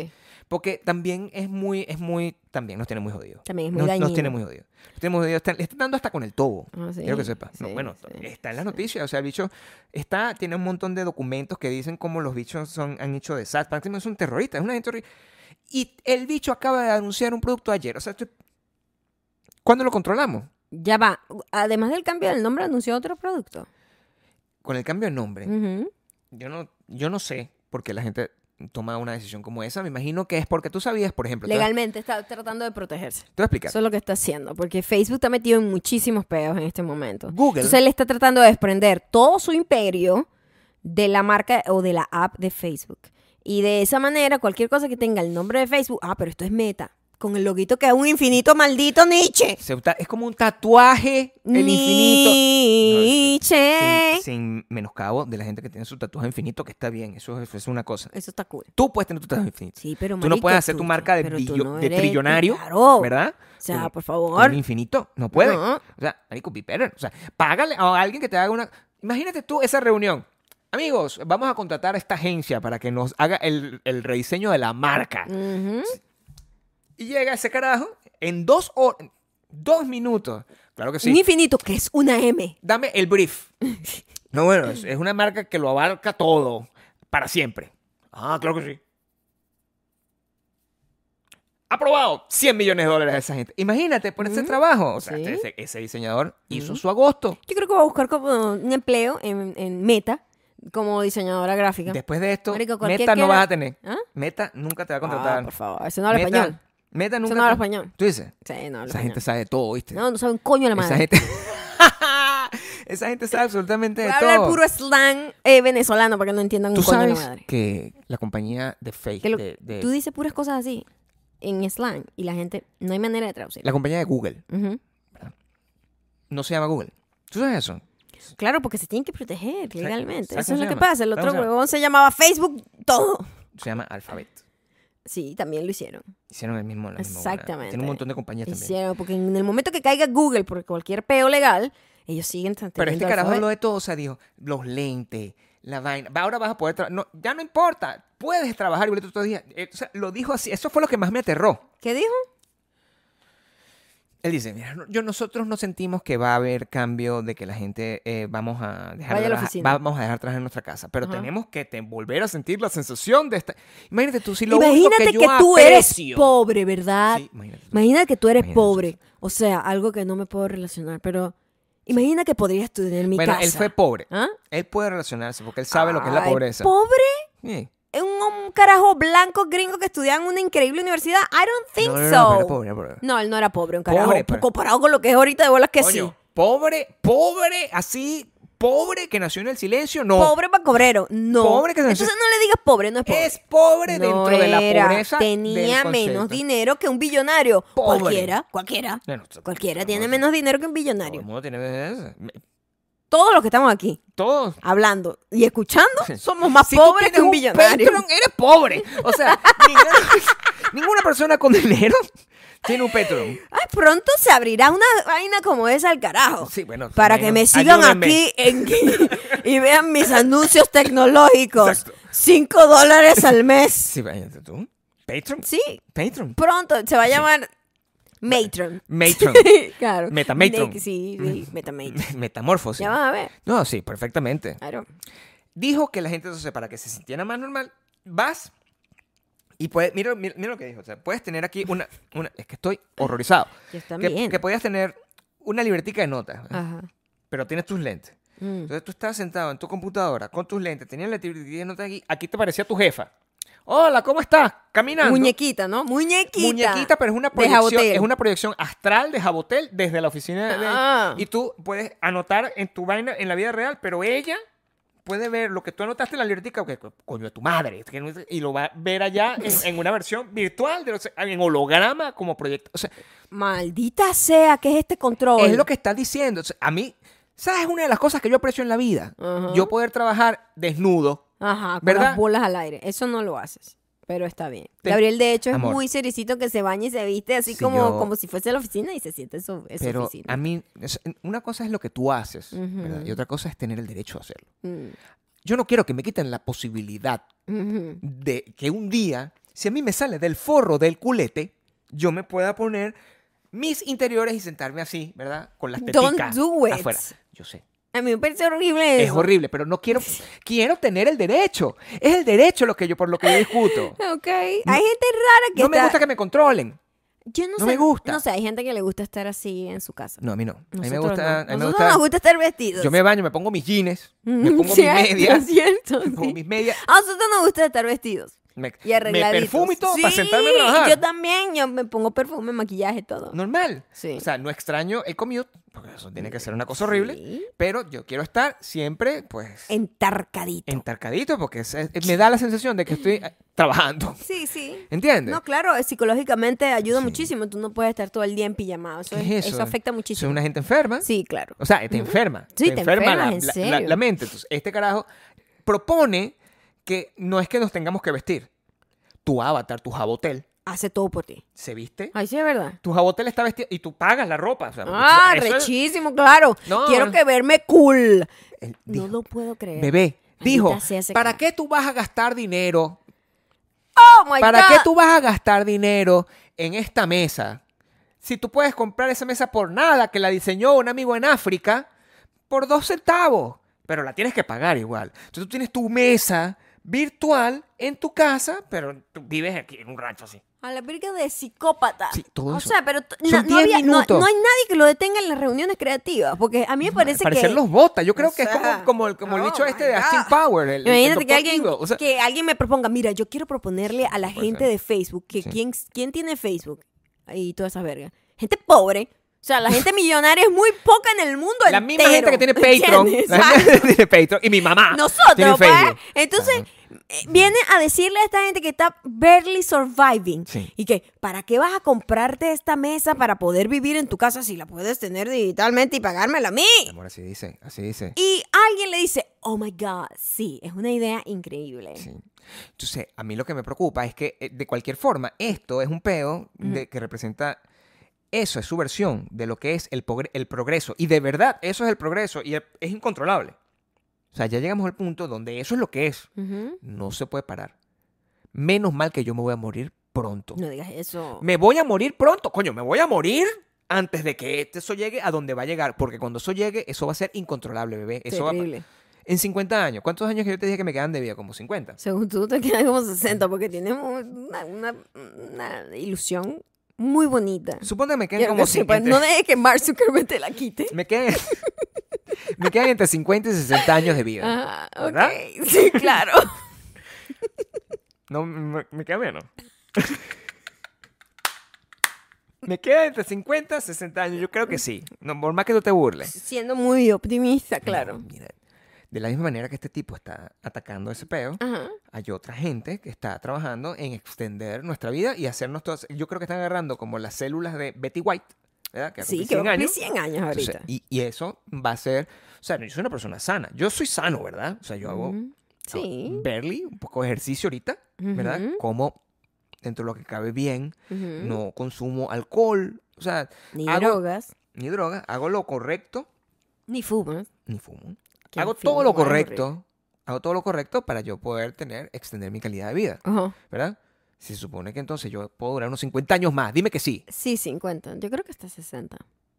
Porque también es muy, es muy, también nos tiene muy jodidos. También es muy nos, dañino. nos tiene muy jodidos. Nos tiene muy jodidos. Está, le está dando hasta con el tobo. Ah, ¿sí? Quiero que sepas. No, Sí, bueno, sí, está en las sí. noticias. O sea, el bicho está, tiene un montón de documentos que dicen cómo los bichos son, han hecho desastres. Prácticamente son terroristas. Es una gente horrible. Y el bicho acaba de anunciar un producto ayer. O sea, esto- ¿cuándo lo controlamos? Ya va. Además del cambio del nombre, anunció otro producto. Con el cambio de nombre. Ujú. Yo no, yo no sé por qué la gente toma una decisión como esa. Me imagino que es porque tú sabías, por ejemplo. te voy a- Legalmente está tratando de protegerse. Te voy a explicar. Eso es lo que está haciendo, porque Facebook está metido en muchísimos peos en este momento. Google. Entonces él está tratando de desprender todo su imperio de la marca o de la app de Facebook. Y de esa manera, cualquier cosa que tenga el nombre de Facebook, ah, pero esto es Meta, con el loguito que es un infinito maldito Nietzsche. Se uta- es como un tatuaje, el infinito. Nietzsche. Sin, sin menoscabo de la gente que tiene su tatuaje infinito, que está bien, eso, es- eso es una cosa. Eso está cool. Tú puedes tener tu tatuaje infinito. Sí, pero Tú no marico, puedes hacer tu tú- marca de, pero tú billo- no de eres- trillonario, claro. ¿verdad? O sea, Con- por Con favor. un infinito, no puede. No. O sea, marico, be better. O sea, págale a alguien que te haga una... Imagínate tú esa reunión. Amigos, vamos a contratar a esta agencia para que nos haga el, el rediseño de la marca. Ujú. Y llega ese carajo en dos horas, dos minutos. Claro que sí. Un infinito que es una M. Dame el brief. No, bueno, es, es una marca que lo abarca todo, para siempre. Ah, claro que sí. Aprobado. cien millones de dólares a esa gente. Imagínate por ese Ujú. trabajo. O sea, Sí. ese, ese diseñador hizo Ujú. su agosto. Yo creo que voy a buscar como un empleo en, en Meta como diseñadora gráfica. Después de esto, Marico, cualquier Meta que no haga- vas a tener. ¿Ah? Meta nunca te va a Ah, contratar. por favor, ese no habla Meta, español. Meta nunca no habla te- español. ¿Tú dices? Sí, no habla Esa gente español. sabe todo, ¿viste? No, no sabe un coño la Esa madre. gente... Esa gente sabe absolutamente Voy de a hablar todo. puro slang eh, venezolano para que no entiendan un Tú coño la sabes madre. que la compañía de fake, Que lo- de, de- Tú dices puras cosas así en slang y la gente no hay manera de traducir. la compañía de Google, Ujú. no se llama Google. ¿Tú sabes eso? Claro, porque se tienen que proteger legalmente. ¿sabes Eso cómo es lo se que llama? pasa. El ¿Sabes otro cómo se llama? huevón se llamaba Facebook todo. Se llama Alphabet. Sí, también lo hicieron. Hicieron el mismo. la misma Exactamente. huevada. Tiene un montón de compañías también. Hicieron, porque en el momento que caiga Google por cualquier peo legal, ellos siguen Pero este teniendo carajo alfabeto. habló de todo, o sea, dijo, los lentes, la vaina. Va, ahora vas a poder trabajar. No, ya no importa. Puedes trabajar igual todos los días. Eh, o sea, lo dijo así. Eso fue lo que más me aterró. ¿Qué dijo? Él dice, mira, no- yo, nosotros no sentimos que va a haber cambio de que la gente eh, vamos a dejar Vaya a la trabajar- oficina. vamos a dejar trabajar en nuestra casa, pero Ajá. tenemos que te- volver a sentir la sensación de esta. Imagínate tú, si lo Imagínate único que, que, yo tú eres aprecio- pobre, ¿verdad? Sí, imagínate tú. Imagina que tú eres Imagínate pobre. O sea, algo que no me puedo relacionar, pero imagina que podrías tener mi Bueno, casa. él fue pobre. ¿Ah? Él puede relacionarse porque él sabe lo que es la Ay, pobreza. ¿Pobre? Sí. Es un, un carajo blanco gringo que estudia en una increíble universidad. I don't think No, no, no, so. pero era pobre, era pobre. No, él no era pobre, un carajo. Pobre, pero- Comparado con lo que es ahorita, de bolas que Coño, sí. pobre, pobre, así, pobre que nació en el silencio, no. Pobre para cobrero, no. Pobre que se- Entonces no le digas pobre, no es pobre. Es pobre No dentro de la era. pobreza. Tenía del menos concepto. dinero que un billonario. Pobre. Cualquiera, cualquiera. Bueno, Cualquiera todo tiene el mundo- menos dinero que un Todo el billonario. mundo tiene eso. Todos los que estamos aquí Todos. hablando y escuchando somos más Si tú pobres tienes que un un billonario. Patreon, eres pobre. O sea, ninguna, ninguna persona con dinero tiene un Patreon. Ay, pronto se abrirá una vaina como esa al carajo. Sí, bueno, Para bueno, que me sigan ayúdenme. aquí en- y vean mis anuncios tecnológicos. Exacto. Cinco dólares al mes. Sí, imagínate tú. Patreon. Sí, Patreon. pronto se va a llamar Matron. Matron. Claro. Metamatron. Ne- Sí, sí, Metamatron. Metamorfosis. Ya vas a ver. No, sí, perfectamente. Claro. Dijo que la gente, entonces, para que se sintiera más normal, vas y puedes, mira, mira, mira lo que dijo, o sea, puedes tener aquí una, una es que estoy horrorizado, Ya está que, bien. que podías tener una libretica de notas, ¿eh? Ajá. pero tienes tus lentes. Mm. Entonces tú estabas sentado en tu computadora con tus lentes, tenías la libretica de notas aquí, aquí te parecía tu jefa. Hola, ¿cómo estás? Caminando. Muñequita, ¿no? Muñequita. Muñequita, pero es una De proyección, Jabotel. es una proyección astral de Jabotel desde la oficina de, Ah. y tú puedes anotar en tu vaina en la vida real, pero ella puede ver lo que tú anotaste en la libretica, que coño de tu madre, que no- y lo va a ver allá en, en una versión virtual, de, o sea, en holograma como proyecto. O sea, Maldita sea, ¿qué es este control? es lo que está diciendo. O sea, a mí, ¿sabes? Una de las cosas que yo aprecio en la vida, Ajá. yo poder trabajar desnudo. Ajá, con ¿Verdad? las bolas al aire. Eso no lo haces. Pero está bien. Te- Gabriel, de hecho, es Amor. muy sericito que se baña y se viste así Sí, como, yo- como si fuese a la oficina y se siente en su, en su Pero oficina. a mí, es- una cosa es lo que tú haces, Ujú. ¿verdad? Y otra cosa es tener el derecho a hacerlo. Mm, Yo no quiero que me quiten la posibilidad ujú. de que un día si a mí me sale del forro del culete, yo me pueda poner mis interiores y sentarme así, ¿verdad? Con las Don't teticas do it. afuera. Yo sé. A mí me parece horrible eso. Es horrible, pero no quiero, quiero tener el derecho. Es el derecho lo que yo, por lo que yo discuto. Ok. Hay gente rara que No me está... gusta que me controlen. Yo no, no sé, me gusta. No sé, hay gente que le gusta estar así en su casa. No, a mí no. A mí me Nosotros gusta... no. A mí me Nosotros gusta nos gusta estar vestidos. yo me baño, me pongo mis jeans, me Mm, pongo cierto, mis medias, cierto, me pongo sí. mis medias, A nosotros nos gusta estar vestidos. me, Y me arregladitos. perfumo y todo Sí, para sentarme a trabajar. yo también. Yo me pongo perfume, maquillaje, todo. Normal. Sí. O sea, no extraño el commute, porque eso tiene que ser una cosa horrible, Sí. pero yo quiero estar siempre, pues, Entarcadito. entarcadito, porque es- es- me da la sensación de que estoy eh, trabajando. Sí, sí. ¿Entiendes? No, claro, eh, psicológicamente ayuda Sí. muchísimo. Tú no puedes estar todo el día en pijamado. Eso, ¿Qué es- es eso? eso afecta Soy muchísimo. una gente enferma. Sí, claro. O sea, te enferma. Sí, te enferma enfermas, la, en la- la- serio. la mente. Entonces, este carajo propone que no es que nos tengamos que vestir. Tu avatar, tu jabotel, Hace todo por ti. se viste. Ay, sí, es verdad. Tu jabotel está vestido y tú pagas la ropa. O sea, Ah, eso es- rechísimo, claro. No. Quiero que verme cool. Él No dijo, lo puedo creer. bebé, dijo, Maldita sea ese ¿para cara. qué tú vas a gastar dinero? Oh my ¿Para God. qué tú vas a gastar dinero en esta mesa? Si tú puedes comprar esa mesa por nada, que la diseñó un amigo en África, por dos centavos, pero la tienes que pagar igual. Entonces tú tienes tu mesa virtual en tu casa, pero tú vives aquí en un rancho así. A la virgen de psicópata. Sí, todo o eso. sea, pero t- Son no, no diez había- no- minutos. no hay nadie que lo detenga en las reuniones creativas. Porque a mí me parece Al parecer que... los bota. Yo creo o que es sea, como, como, el- como el oh bicho my este de God. Austin Power. El, el Imagínate que doctor alguien, Evil. O sea, que alguien me proponga, mira, yo quiero proponerle a la Puede gente ser. de Facebook, que Sí. ¿quién, quién tiene Facebook? Y toda esa verga. Gente pobre. O sea, la gente millonaria es muy poca en el mundo la misma entero, gente que tiene Patreon. ¿entiendes? La gente que tiene Patreon. Y mi mamá. Nosotros, tiene pues. Facebook. Entonces, Ajá. eh, viene a decirle a esta gente que está barely surviving. Sí. Y que, ¿para qué vas a comprarte esta mesa para poder vivir en tu casa si la puedes tener digitalmente y pagármela a mí? Mi amor, así dice. Así dice. Y alguien le dice, oh my God, sí, es una idea increíble. Sí. Entonces, a mí lo que me preocupa es que, eh, de cualquier forma, esto es un peo de, que representa... Eso es su versión de lo que es el, progre- el progreso. Y de verdad, eso es el progreso. Y es es incontrolable. O sea, ya llegamos al punto donde eso es lo que es. Ujú. No se puede parar. Menos mal que yo me voy a morir pronto. No digas eso. Me voy a morir pronto. Coño, me voy a morir antes de que este- eso llegue a donde va a llegar. Porque cuando eso llegue, eso va a ser incontrolable, bebé. Eso va a- Terrible. en cincuenta años. ¿Cuántos años que yo te dije que me quedan de vida? Como cincuenta. Según tú, te quedan como sesenta porque tienes una, una- una ilusión muy bonita. Supongo que me quedan Quiero como que sepas, cincuenta. no dejes que Mark Zuckerberg te la quite. Me quedan, me quedan entre cincuenta y sesenta años de vida. Ah, ok. ¿Verdad? Sí, claro. No, me, me queda menos. Me queda entre cincuenta y sesenta años. Yo creo que sí. No, por más que tú te burles. Siendo muy optimista, claro. No, mira, de la misma manera que este tipo está atacando ese peo, Ajá. hay otra gente que está trabajando en extender nuestra vida y hacernos todas... Yo creo que están agarrando como las células de Betty White, ¿verdad? Que Sí, cumple que va a cien cumplir años. cien años ahorita. Entonces, y, y eso va a ser... O sea, yo soy una persona sana. Yo soy sano, ¿verdad? O sea, yo hago... Ujú. Sí. Barely, un poco de ejercicio ahorita, ¿verdad? Ujú. Como dentro de lo que cabe bien, Ujú. no consumo alcohol, o sea, Ni hago- drogas, ni droga, hago lo correcto, ni fumas. ni fumo. Que Hago en fin, todo lo fumar es correcto, hago todo lo correcto para yo poder tener, extender mi calidad de vida, Ajá. ¿verdad? Si se supone que entonces yo puedo durar unos cincuenta años más, dime que sí. Sí, cincuenta. Yo creo que hasta sesenta.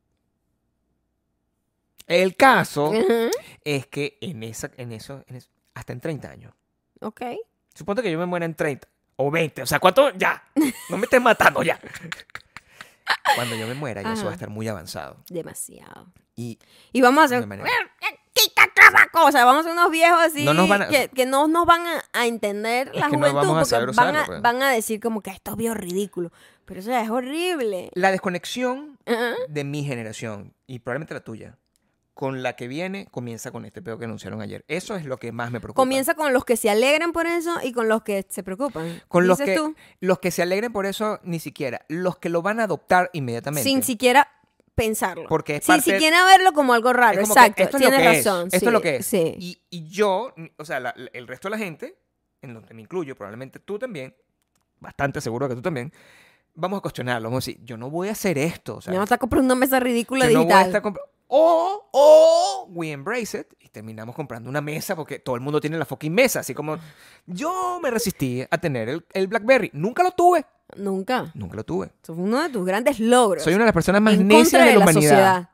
El caso Ujú. es que en esa, en eso, en eso, hasta en treinta años. Ok. Suponte que yo me muera en treinta o veinte. O sea, ¿cuánto? Ya. No me estés matando ya. Cuando yo me muera, ya eso va a Ajá. estar muy avanzado. Demasiado. Y Y vamos a hacer... De manera- ¡Quita tabaco! O sea, vamos a ser unos viejos así No nos van a- que, que no nos van a, a entender la que no juventud vamos a porque saber van, usarlo, a, pues. van a decir como que esto es bien ridículo. Pero eso es horrible. la desconexión Ajá. de mi generación, y probablemente la tuya, con la que viene, comienza con este peo que anunciaron ayer. Eso es lo que más me preocupa. Comienza con los que se alegran por eso y con los que se preocupan. con los Dices que, tú, los que se alegren por eso, ni siquiera. Los que lo van a adoptar inmediatamente. sin siquiera pensarlo. Porque es sin parte- siquiera verlo como algo raro. Es como que Exacto. esto es lo Tienes que es, razón. Esto sí, es lo que es. Sí. Y, y yo, o sea, la- la- el resto de la gente, en donde me incluyo, probablemente tú también, bastante seguro que tú también, vamos a cuestionarlo. Vamos a decir, yo no voy a hacer esto. O sea, Yo no está comprando una mesa ridícula yo no voy a digital. estar comp- O, o we embrace it y terminamos comprando una mesa porque todo el mundo tiene la fucking mesa. Así como yo me resistí a tener el, el BlackBerry. Nunca lo tuve. Nunca. Nunca lo tuve. Eso fue uno de tus grandes logros. Soy una de las personas más en necias contra de de la la humanidad. sociedad.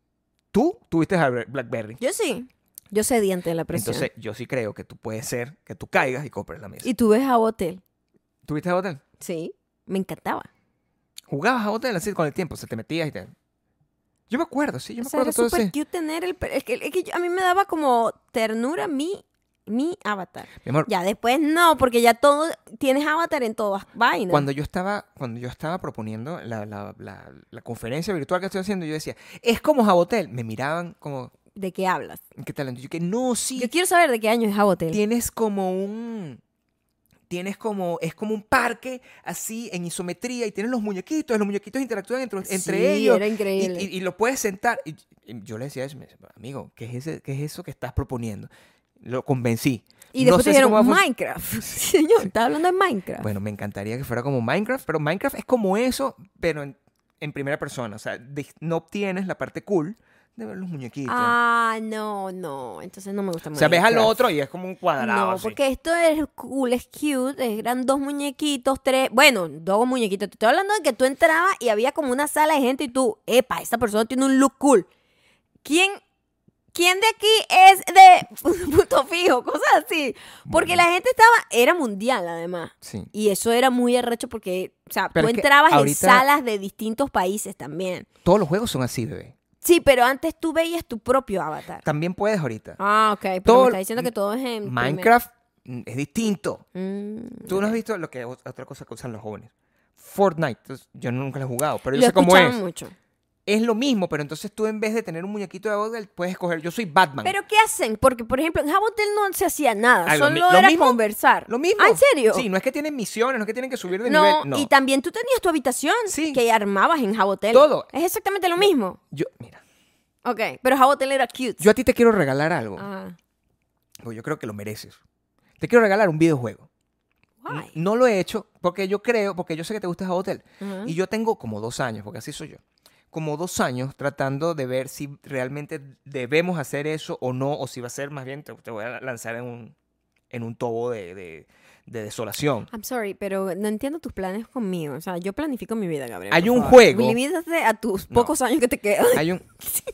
Tú tuviste el BlackBerry. Yo sí. Yo cedí ante la presión. Entonces, yo sí creo que tú puedes ser que tú caigas y compres la mesa. Y tú ves a Hotel. ¿Tuviste a hotel? Sí. Me encantaba. ¿Jugabas a hotel así con el tiempo? Se te metías y te... Yo me acuerdo, sí, yo me O sea, acuerdo era todo súper eso. cute tener el... Es que, es que yo- a mí me daba como ternura mi, mi avatar. Mi amor, Ya después no, porque ya todo... Tienes avatar en todas vainas. cuando yo estaba, cuando yo estaba proponiendo la, la, la, la conferencia virtual que estoy haciendo, yo decía, es como Jabotel. Me miraban como, ¿De qué hablas? ¿qué tal? Yo que no, sí, Yo quiero saber de qué año es Jabotel. tienes como un... Tienes como, es como un parque así en isometría y tienes los muñequitos, y los muñequitos interactúan entre, entre Sí, ellos. era increíble. Y, y- y lo puedes sentar. Y, y yo le decía eso, me decía, amigo, ¿qué es, ese, ¿qué es eso que estás proponiendo? Lo convencí. Y No después sé te si dijeron cómo va a fun- Minecraft. Señor, estás hablando de Minecraft. Bueno, me encantaría que fuera como Minecraft, pero Minecraft es como eso, pero en, en primera persona. O sea, de- no obtienes la parte cool de ver los muñequitos. Ah, no, no. Entonces no me gusta o mucho. sea, ves al otro y es como un cuadrado. No, así. porque esto es cool, es cute. Eran dos muñequitos, tres. Bueno, dos muñequitos. Te estoy hablando de que tú entrabas y había como una sala de gente y tú, epa, esta persona tiene un look cool. ¿Quién, quién de aquí es de punto fijo? Cosas así. Porque Bueno. la gente estaba, era mundial además. Sí. Y eso era muy arrecho porque, o sea, Pero tú es que entrabas en ahorita- salas de distintos países también. Todos los juegos son así, bebé. Sí, pero antes tú veías tu propio avatar. También puedes ahorita. Ah, ok. Pero Todo- me está diciendo que todo es en... Minecraft mm, es distinto. primer- Mm, Tú no has visto lo que otra cosa que usan los jóvenes. Fortnite. Entonces, yo nunca lo he jugado, pero yo Lo sé cómo escuchaban es. mucho. Es lo mismo, pero entonces tú en vez de tener un muñequito de Boggle, puedes escoger. Yo soy Batman. ¿Pero qué hacen? Porque, por ejemplo, en Jabotel no se hacía nada. Ah, lo solo mi- lo era mismo, conversar. Lo mismo. ¿Ah, en serio? Sí, no es que tienen misiones, no es que tienen que subir de No, nivel. No. y también tú tenías tu habitación Sí. que armabas en Jabotel. Todo. Es exactamente lo mismo. Yo, mira, Ok, pero Jabotel era cute. yo a ti te quiero regalar algo. Ah, Porque yo creo que lo mereces. Te quiero regalar un videojuego. why? No lo he hecho porque yo creo, porque yo sé que te gusta Hotel. Ajá. Y yo tengo como dos años, porque así soy yo. Como dos años tratando de ver si realmente debemos hacer eso o no, o si va a ser más bien, te, te voy a lanzar en un, en un tobo de, de- de desolación. I'm sorry, pero no entiendo tus planes conmigo. O sea, yo planifico mi vida, Gabriel. Hay por un favor. juego. Limítate a tus No. pocos años que te quedan. Hay un,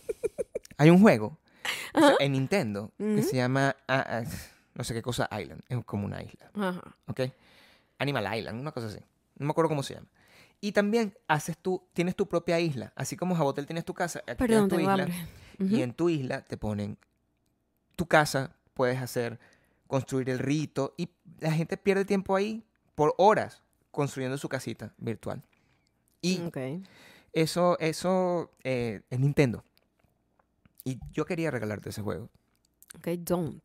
hay un juego o sea, Ajá. en Nintendo que Ujú. se llama, ah, ah, no sé qué cosa, Island. Es como una isla, Ajá. ¿ok? Animal Island, una cosa así. No me acuerdo cómo se llama. Y también haces tú, tienes tu propia isla. Así como Jabotel tienes tu casa, aquí Perdón, tienes tu tengo isla. hambre. Y Ujú. en tu isla te ponen tu casa, puedes hacer, construir el rito y la gente pierde tiempo ahí por horas construyendo su casita virtual. Y Ok. eso, eso eh, es Nintendo. Y yo quería regalarte ese juego. Ok, don't.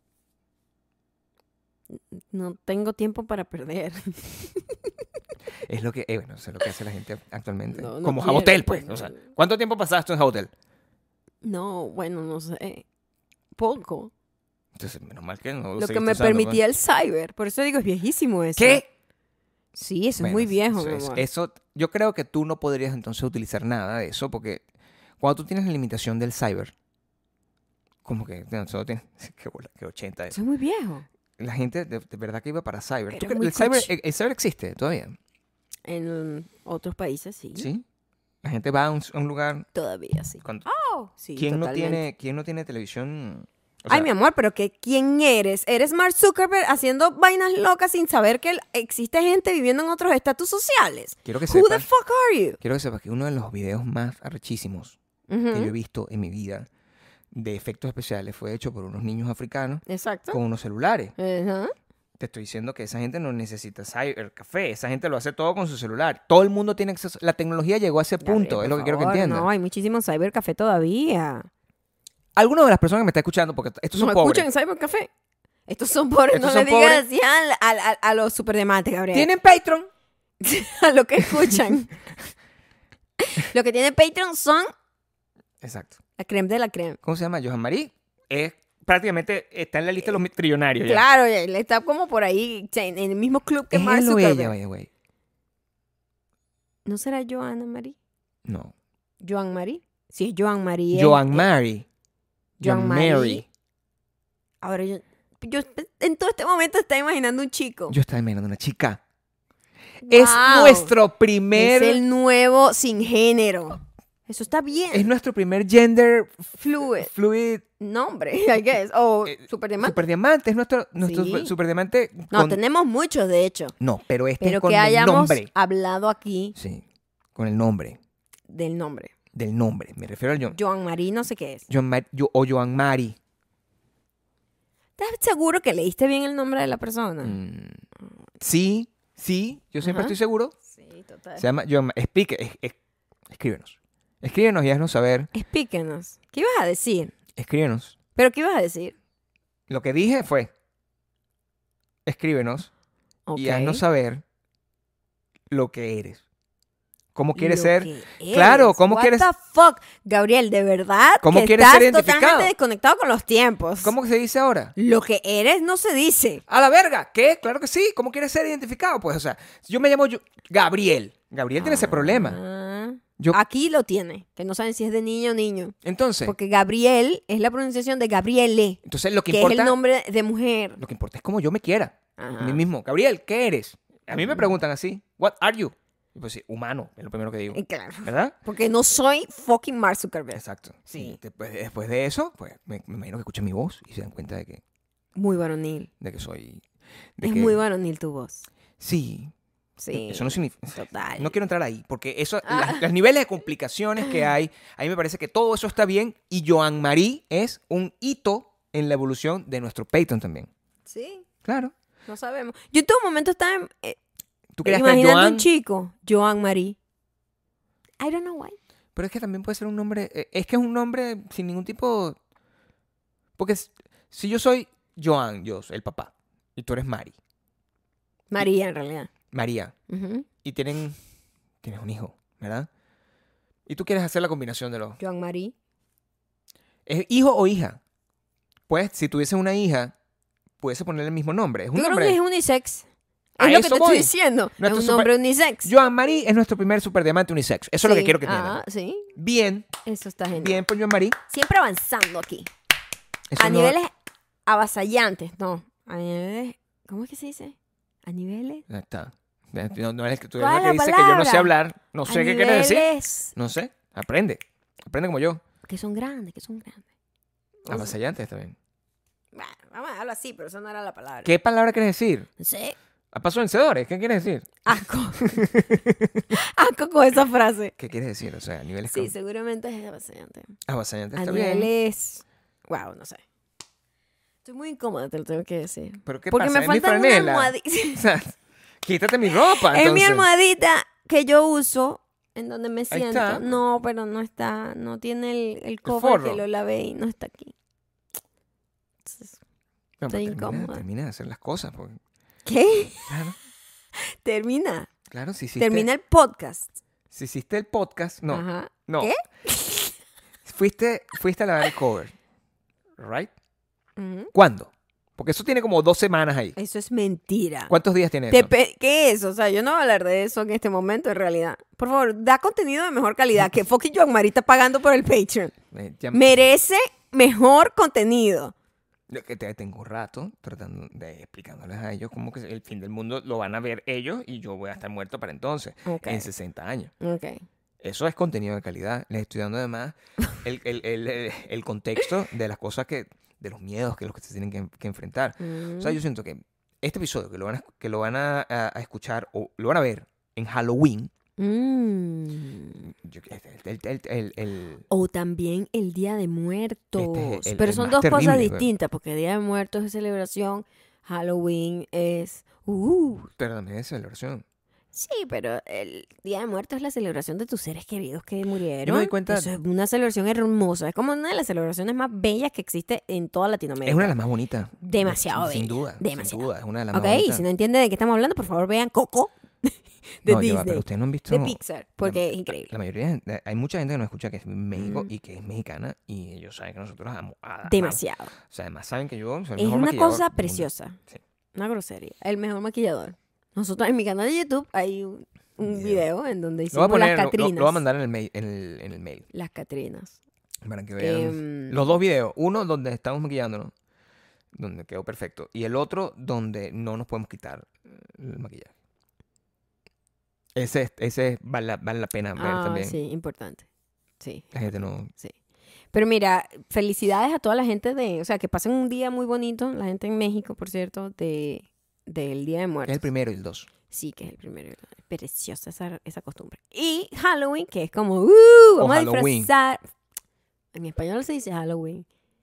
No tengo tiempo para perder. Es lo que, eh, bueno, eso es lo que hace la gente actualmente. No, no Como quiero, Jabotel, pues, pues. O sea, no. ¿cuánto tiempo pasaste en Jabotel? No, bueno, no sé. Poco. Entonces, menos mal que no Lo que seguiste me usando, permitía el cyber. Por eso digo, es viejísimo pues. eso. ¿Qué? Sí, eso Bueno, es muy viejo, eso, mi es- amor. eso- yo creo que tú no podrías entonces utilizar nada de eso porque cuando tú tienes la limitación del cyber, como que no, solo tienes que, bola, que ochenta Eso eso. es muy viejo. La gente de, de verdad que iba para cyber. ¿Tú Era crees- muy el, cyber cuchi. el, el cyber existe todavía, En otros países sí. ¿sí? La gente va a un, a un lugar. Todavía sí. cuando- Oh, sí, ¿quién, no totalmente. tiene, ¿Quién no tiene televisión? O Ay, sea, mi amor, pero que ¿quién eres? ¿Eres Mark Zuckerberg haciendo vainas locas sin saber que existe gente viviendo en otros estatus sociales? quiero que Who the sepas, fuck are you? quiero que sepas que uno de los videos más arrechísimos que yo he Ujú. visto en mi vida de efectos especiales fue hecho por unos niños africanos Exacto. con unos celulares. Ajá. Te estoy diciendo que esa gente no necesita cybercafé, esa gente lo hace todo con su celular. Todo el mundo tiene acceso. La tecnología llegó a ese punto, Gabriel, es lo por que quiero que favor, entiendas. No, hay muchísimo cybercafé todavía. Algunas de las personas que me están escuchando, porque estos son ¿No pobres, escuchan cybercafé? Estos son pobres, Estos no son le digas pobres. así al- al- al- a, los superdemantes, Gabriel. tienen Patreon. A lo que escuchan. Lo que tiene Patreon son Exacto. la creme de la creme. ¿Cómo se llama? Johan Marí es prácticamente está en la lista de los trillonarios ya. Claro, él está como por ahí, en el mismo club que ¿Es Mark él o Zuckerberg. ella, by the way? ¿No será Joana Marie? No. Joan Marie. Si es Joan Marie. Joan eh, Mary. Joan Joan Marie. Mary. Ahora yo, yo en todo este momento estaba imaginando un chico. Yo estaba imaginando una chica. Es Wow. nuestro primer... Es el nuevo sin género. Eso está bien. Es nuestro primer gender Fluid. fluid. Nombre, I guess. O eh, superdiamante. Superdiamante. Es nuestro, nuestro Sí. su- superdiamante. No, con- tenemos muchos, de hecho. No, pero este Pero es con que el hayamos nombre. hablado aquí Sí, con el nombre. del nombre. Del nombre. Me refiero al John. Joan Marie, no sé qué es. Joan Mar- yo- o Joan Mari. ¿Estás seguro que leíste bien el nombre de la persona? Mm, sí, sí. Yo siempre Ajá. estoy seguro. Sí, total. Se llama Joan Ma- Explique. es- es- escríbenos. Escríbenos y haznos saber. Explíquenos. ¿Qué ibas a decir? Escríbenos. ¿Pero qué ibas a decir? Lo que dije fue. Escríbenos Ok. y haznos saber lo que eres. ¿Cómo quieres Lo ser? que Claro, eres. ¿cómo What quieres- the fuck? Gabriel, de verdad ¿Cómo que quieres estás ser identificado? totalmente desconectado con los tiempos. ¿Cómo se dice ahora? Lo que eres no se dice. ¡A la verga! ¿Qué? Claro que sí. ¿Cómo quieres ser identificado? Pues, o sea, si yo me llamo yo- Gabriel. Gabriel tiene ese problema. Ah. Yo, Aquí lo tiene, que no saben si es de niño o niño. entonces, Porque Gabriel es la pronunciación de Gabriele, entonces lo que que importa, es el nombre de mujer. lo que importa es cómo yo me quiera. Ajá. A mí mismo. Gabriel, ¿qué eres? A mí me preguntan así. What are you? Y pues sí, humano, es lo primero que digo. Y claro, ¿Verdad? porque no soy fucking Mark Zuckerberg. Exacto. Sí. Y después, después de eso, pues me, me imagino que escuchan mi voz y se dan cuenta de que, Muy varonil. de que soy... de Es que- muy varonil tu voz. Sí. Sí. Eso no significa... Total. No quiero entrar ahí, porque eso, Ah. las- los niveles de complicaciones que hay, a mí me parece que todo eso está bien y Joan Marie es un hito en la evolución de nuestro Patreon también. Sí, Claro. no sabemos. Yo en todo momento estaba en- eh, Tú querías que imaginando Joan, un chico, Joan Marie. I don't know why. pero es que también puede ser un nombre, eh, es que es un nombre sin ningún tipo, porque s- si yo soy Joan, yo soy el papá, y tú eres Mari, María, en realidad. María, Ujú. y tienen, tienes un hijo, ¿verdad? Y tú quieres hacer la combinación de los, Joan Marie. ¿es hijo o hija? Pues si tuviese una hija, pudiese ponerle el mismo nombre. Es un Yo creo nombre. que es unisex. A Es lo que eso te voy. estoy diciendo. Nuestro es un super- nombre unisex. Joan Marie es nuestro primer superdiamante unisex. Eso es lo que Sí. quiero que entiendan. Ah, sí. Bien, Eso está genial. bien por Joan Marie. Siempre avanzando aquí. Eso a no- niveles avasallantes, no. A niveles. ¿Cómo es que se dice? A niveles. Ahí está. No, no es que tú ¿Cuál eres la es que la dice que yo no sé palabra? hablar. No sé a qué quiere decir. niveles No sé. Aprende. Aprende como yo. que son grandes, que son grandes. No sé. Avasallantes también. Bueno, vamos a dejarlo así, pero eso no era la palabra. ¿Qué palabra quieres decir? No sé. A paso vencedores. ¿Qué quieres decir? Asco. Asco con esa frase. ¿Qué quieres decir? O sea, a niveles Sí, como- seguramente es avasallante. avasallantes A está bien. niveles. Wow, no sé. Estoy muy incómoda, te lo tengo que decir. ¿Pero qué Porque pasa? me ¿Es mi falta una franela? almohadita. O sea, quítate mi ropa. Es mi entonces. almohadita que yo uso en donde me siento. está. No, pero no está, no tiene el, el cover forro. que lo lavé y no está aquí. Entonces, No, estoy pero termina, incómoda. termina de hacer las cosas. Porque, ¿qué? claro, Termina. claro, si hiciste, Termina el podcast. si hiciste el podcast, no, Ajá. no. ¿Qué? Fuiste, fuiste a lavar el cover, ¿right? Ujú. ¿Cuándo? Porque eso tiene como dos semanas ahí. Eso es mentira. ¿Cuántos días tiene Te eso? pe- ¿Qué es? O sea, yo no voy a hablar de eso en este momento, en realidad. Por favor, da contenido de mejor calidad. Que fucking Joan Marie está pagando por el Patreon. Eh, ya- Merece mejor contenido. Yo que te- tengo un rato tratando de explicándoles a ellos cómo que el fin del mundo lo van a ver ellos y yo voy a estar muerto para entonces, Ok. en sesenta años. Ok. Eso es contenido de calidad. Les estoy dando además el, el, el, el- el contexto de las cosas que, de los miedos que los que se tienen que, que enfrentar. O sea, yo siento que este episodio que lo van a, que lo van a, a- a escuchar o lo van a ver en Halloween, Mm. yo- el, el, el, el- O también el Día de Muertos. Este es el- Pero el son más dos cosas terrible, distintas, porque Día de Muertos es celebración, Halloween es... Uh, pero también es celebración. sí, pero el Día de Muertos es la celebración de tus seres queridos que murieron. Yo me doy cuenta- Eso es una celebración hermosa. Es como una de las celebraciones más bellas que existe en toda Latinoamérica. Es una de las más bonitas. Demasiado Sin bella. duda. Demasiado. Sin duda, es una de las Ok, más bonitas. si no entienden de qué estamos hablando, por favor vean Coco de No, ya va, Disney. pero ustedes no han visto... De Pixar, porque es increíble. La mayoría, de- hay mucha gente que nos escucha que es de México Mm. y que es mexicana y ellos saben que nosotros amamos. a- Demasiado. amamos. O sea, además saben que yo soy el Es mejor una maquillador cosa del mundo. preciosa. Sí. Una grosería. El mejor maquillador. Nosotros en mi canal de YouTube hay un- un Video. video en donde Lo voy a hicimos poner, las lo- lo, Catrinas. lo voy a mandar en el mail. En el, en el mail Las Catrinas. para que vean Em, los dos videos. Uno donde estamos maquillándonos, donde quedó perfecto. Y el otro donde no nos podemos quitar el maquillaje. Ese, ese vale, la, vale la pena ver Ah, también. sí, importante. Sí. La gente no... Sí. Pero mira, felicidades a toda la gente de, o sea, que pasen un día muy bonito, la gente en México, por cierto, de del Día de Es Muertos. el primero y el dos. Sí, que es el primero. Preciosa esa, esa costumbre. Y Halloween, que es como, uh, vamos a Halloween. disfrazar. En español se dice Halloween.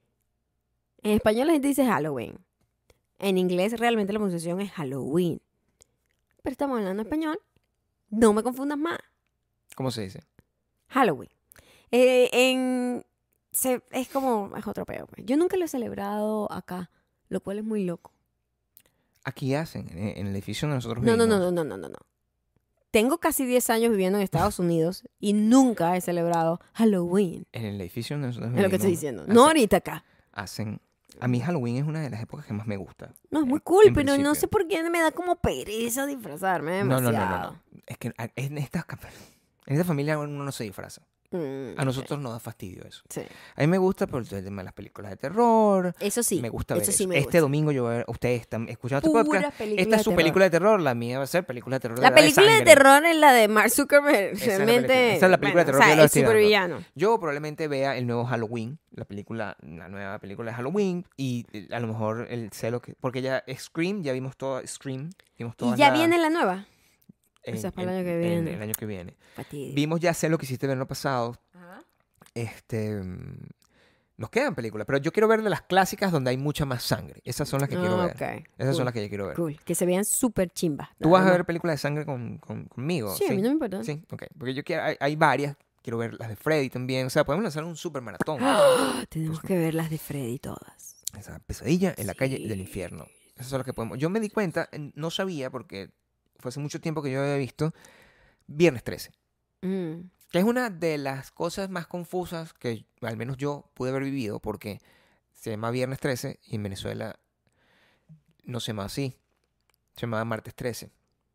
En español la gente dice Halloween. En inglés realmente la pronunciación es Halloween. Pero estamos hablando español. No me confundas más. ¿Cómo se dice? Halloween. Eh, en, se, es como, es otro peo. Pues. Yo nunca lo he celebrado acá, lo cual es muy loco. Aquí hacen, en, en el edificio donde nosotros No, no, vivimos. no, no, no, no, no. Tengo casi diez años viviendo en Estados Unidos y nunca he celebrado Halloween. En el edificio donde nosotros Es vivimos. lo que estoy diciendo. hacen- No ahorita acá. Hacen... A mí Halloween es una de las épocas que más me gusta. No, es muy En- cool, en pero no principio. sé por qué me da como pereza disfrazarme No, demasiado. no, no, no, no. Es que a- en esta, en esta familia uno no se disfraza. Mm, A nosotros nos da fastidio eso. sí. A mí me gusta por el tema de las películas de terror. Eso sí. Me gusta ver eso eso. sí me Este gusta. domingo yo voy a ver, ustedes están escuchando este Puras podcast. películas Esta es de su terror. película de terror, la mía va a ser película de terror. La de película de sangre. terror es la de Mark Zuckerberg. Esa es la Realmente. película- esa es la película de terror bueno, que o yo le sea, estoy es dando. supervillano. Yo probablemente vea el nuevo Halloween, la película, la nueva película de Halloween, y eh, a lo mejor el celo que... Porque ya Scream, ya vimos todo Scream. Vimos Y todas ya las- viene la nueva. en- esa es para el en- año que en viene. el año que viene. Fatídico. Vimos ya Sé lo que hiciste el año pasado. Ajá. Este... mm, Nos quedan películas, pero yo quiero ver de las clásicas donde hay mucha más sangre. Esas son las que quiero Ah, ver. ok. Esas Cool, son las que yo quiero ver. Cool. Que se vean súper chimbas. ¿Tú nada vas a más. ver películas de sangre con, con- conmigo? Sí, a mí no me importa. Sí, ok. Porque yo quiero, hay, hay varias. Quiero ver las de Freddy también. O sea, podemos lanzar un super maratón. ¡Ah! Tenemos que ver las de Freddy todas. Esa pesadilla en la calle Sí. del infierno. Eso es lo que podemos. Yo me di cuenta, eh, no sabía porque fue hace mucho tiempo que yo había visto Viernes trece. Mm. Que es una de las cosas más confusas que al menos yo pude haber vivido porque se llama Viernes trece y en Venezuela no se llama así. Se llamaba Martes trece.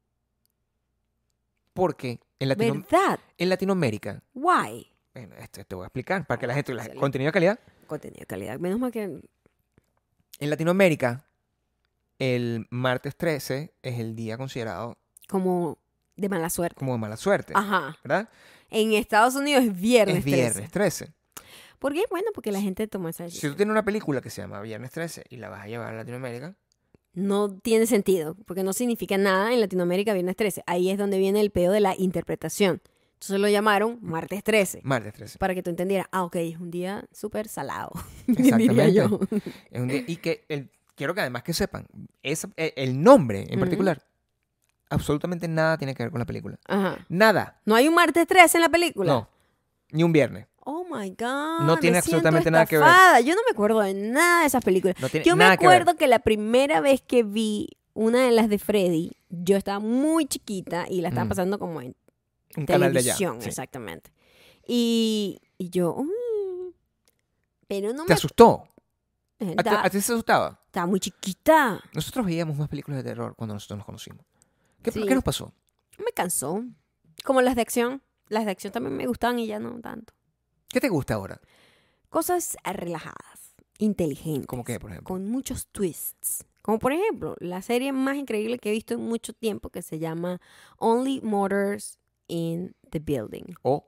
Porque en, Latino- ¿Verdad? en Latinoamérica, Why? bueno, esto te voy a explicar para que la gente, la- Excelente. contenido de calidad. Contenido de calidad. Menos mal que... En Latinoamérica, el martes trece es el día considerado Como de mala suerte. como de mala suerte, Ajá. ¿verdad? En Estados Unidos es viernes Es Viernes trece. trece. ¿Por qué? Bueno, porque la gente toma esa Si decisión. tú tienes una película que se llama Viernes trece y la vas a llevar a Latinoamérica, No tiene sentido, porque no significa nada en Latinoamérica viernes trece. Ahí es donde viene el peo de la interpretación. Entonces lo llamaron martes trece. martes trece. Para que tú entendieras, ah, ok, es un día súper salado. diría Exactamente. yo. Es un día- y que el- quiero que además que sepan, esa- eh, el nombre en Ujú. particular, absolutamente nada tiene que ver con la película. Ajá. Nada. ¿No hay un martes trece en la película? No. Ni un viernes. Oh my God. No tiene me siento absolutamente nada que ver. estafada. Yo no me acuerdo de nada de esas películas. No tiene Yo me nada que ver. acuerdo que, la primera vez que vi una de las de Freddy, yo estaba muy chiquita y la estaban Mm. pasando como en Un canal de allá. televisión, sí. exactamente. Y, y yo, "Mm", pero no ¿Te me... asustó? ¿A ti, Estaba, a ti se asustaba? estaba muy chiquita. Nosotros veíamos más películas de terror cuando nosotros nos conocimos. ¿Qué, Sí. ¿qué nos pasó? Me cansó. Como las de acción. Las de acción también me gustaban y ya no tanto. ¿Qué te gusta ahora? Cosas relajadas, inteligentes. ¿Cómo qué, por ejemplo? Con muchos twists. Como por ejemplo, la serie más increíble que he visto en mucho tiempo que se llama Only Murders in the Building. O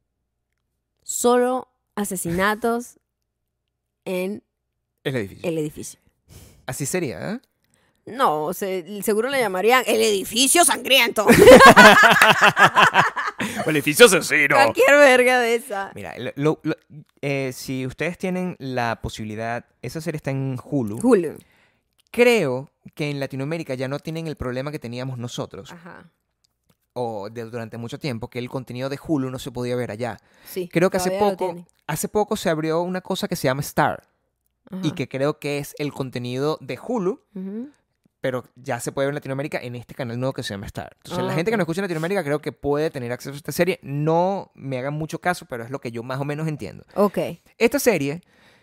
Solo asesinatos en el edificio. el edificio. Así sería, ¿eh? No, se- seguro le llamarían el edificio sangriento. el edificio asesino. Cualquier verga de esa. Mira, lo- lo- lo- eh, si ustedes tienen la posibilidad, esa serie está en Hulu. Hulu. Creo que en Latinoamérica ya no tienen el problema que teníamos nosotros, Ajá. o de- durante mucho tiempo, que el contenido de Hulu no se podía ver allá. Sí. Creo que hace todavía lo poco, tiene. hace poco se abrió una cosa que se llama Star, y Ajá. que creo que es el contenido de Hulu, Ujú. pero ya se puede ver en Latinoamérica en este canal nuevo que se llama Star. Entonces, la Ah, gente que ok. nos escucha en Latinoamérica creo que puede tener acceso a esta serie. No me hagan mucho caso, pero es lo que yo más o menos entiendo. Ok. Esta serie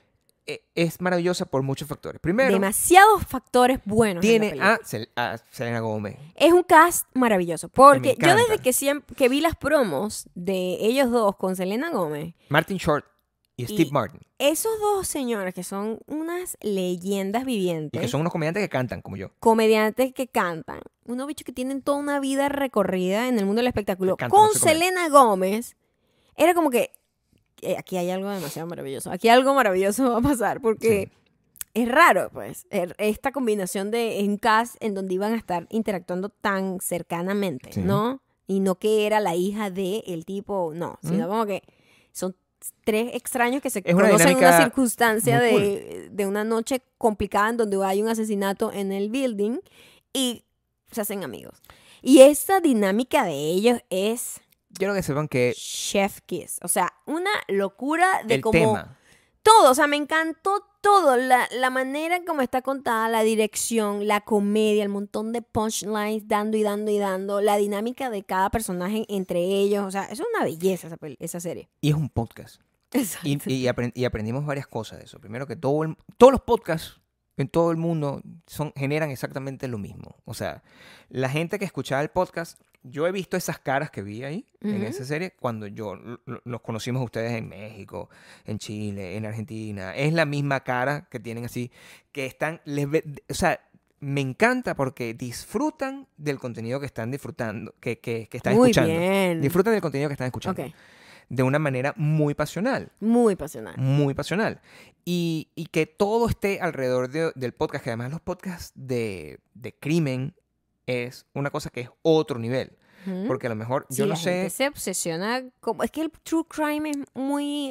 eh, es maravillosa por muchos factores. Primero, Demasiados factores buenos. en la tiene película. a, Sel- a Selena Gómez. Es un cast maravilloso. Porque Me yo encanta. desde que, siempre, que vi las promos de ellos dos con Selena Gómez, Martin Short y Steve Y- Martin. esos dos señores que son unas leyendas Y vivientes, que son unos comediantes que cantan como yo. comediantes que cantan, unos bichos que tienen toda una vida recorrida en el mundo del espectáculo, Que cantan, con no se comen. Selena Gómez, era como que eh, aquí hay algo demasiado maravilloso. Aquí algo maravilloso va a pasar porque es raro, pues, er- esta combinación de un cast en donde iban a estar interactuando tan cercanamente, Sí. ¿no? Y no que era la hija de el tipo, no, sino ¿Mm? como que son tres extraños que se Es una conocen en una dinámica circunstancia muy de, de una noche complicada en donde hay un asesinato en el building y se hacen amigos. Y esa dinámica de ellos es Quiero que sepan que chef kiss. O sea, una locura de el cómo... tema, Todo, o sea, me encantó todo. La, la manera como está contada, la dirección, la comedia, el montón de punchlines dando y dando y dando, la dinámica de cada personaje entre ellos. O sea, eso es una belleza esa, peli- esa serie. y es un podcast. Exacto. Y, y, apren- y aprendimos varias cosas de eso. Primero que todo el- todos los podcasts en todo el mundo son, generan exactamente lo mismo. O sea, la gente que escuchaba el podcast, yo he visto esas caras que vi ahí en Ujú. esa serie cuando yo l- l- los conocimos a ustedes en México, en Chile, en Argentina. Es la misma cara que tienen así, que están, les ve- o sea, me encanta porque disfrutan del contenido que están disfrutando, que, que, que están Muy escuchando. bien. Disfrutan del contenido que están escuchando. Ok. De una manera muy pasional. Muy pasional. Muy pasional. Y, y que todo esté alrededor de- del podcast, que además los podcasts de, de crimen es una cosa que es otro nivel. Ujú. Porque a lo mejor, Sí, yo no la sé, gente se obsesiona. Como, es que el true crime es muy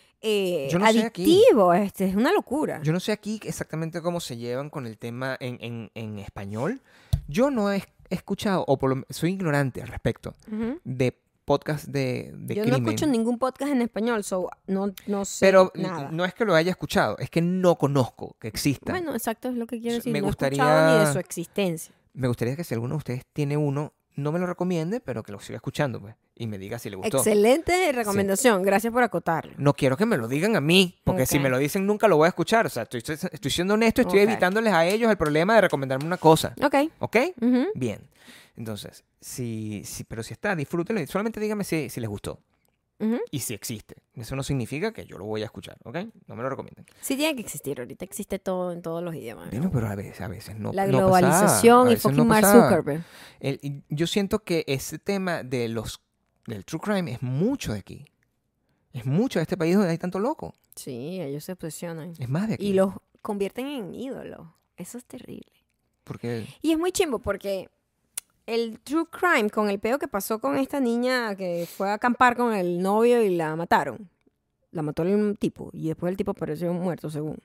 eh, Yo no sé aquí. adictivo. Este, es una locura. yo no sé aquí exactamente cómo se llevan con el tema en, en- en español. Yo no he escuchado, o por lo, soy ignorante al respecto, Ujú. de podcasts de, de Yo crimen. no escucho ningún podcast en español, so no, no sé Pero n- nada. no es que lo haya escuchado, es que no conozco que exista. Bueno, exacto, es lo que quiero Me decir. No he gustaría- escuchado ni de su existencia. Me gustaría que si alguno de ustedes tiene uno, no me lo recomiende, pero que lo siga escuchando, pues, y me diga si le gustó. Excelente recomendación. Gracias por acotarlo. No quiero que me lo digan a mí, porque si Ok. me lo dicen nunca lo voy a escuchar. O sea, estoy, estoy- estoy siendo honesto, estoy Ok. evitándoles a ellos el problema de recomendarme una cosa. Ok. ¿Ok? Ujú. Bien. Entonces, si, si, pero si está, disfrútenlo y solamente díganme si, si les gustó Ujú. y si existe. Eso no significa que yo lo voy a escuchar, ¿ok? No me lo recomienden. Sí tiene que existir. Ahorita existe todo en todos los idiomas. Bueno, pero a veces, a veces no. La no pasaba, globalización a y veces fucking no Mark pasaba. Zuckerberg. El- y yo siento que ese tema de los del true crime es mucho de aquí. Es mucho de este país donde hay tanto loco. Sí, ellos se obsesionan. Es más de aquí. Y los convierten en ídolos. Eso es terrible. Porque Y es muy chimbo porque el true crime con el peo que pasó con esta niña que fue a acampar con el novio y la mataron. La mató el tipo y después el tipo apareció muerto, según.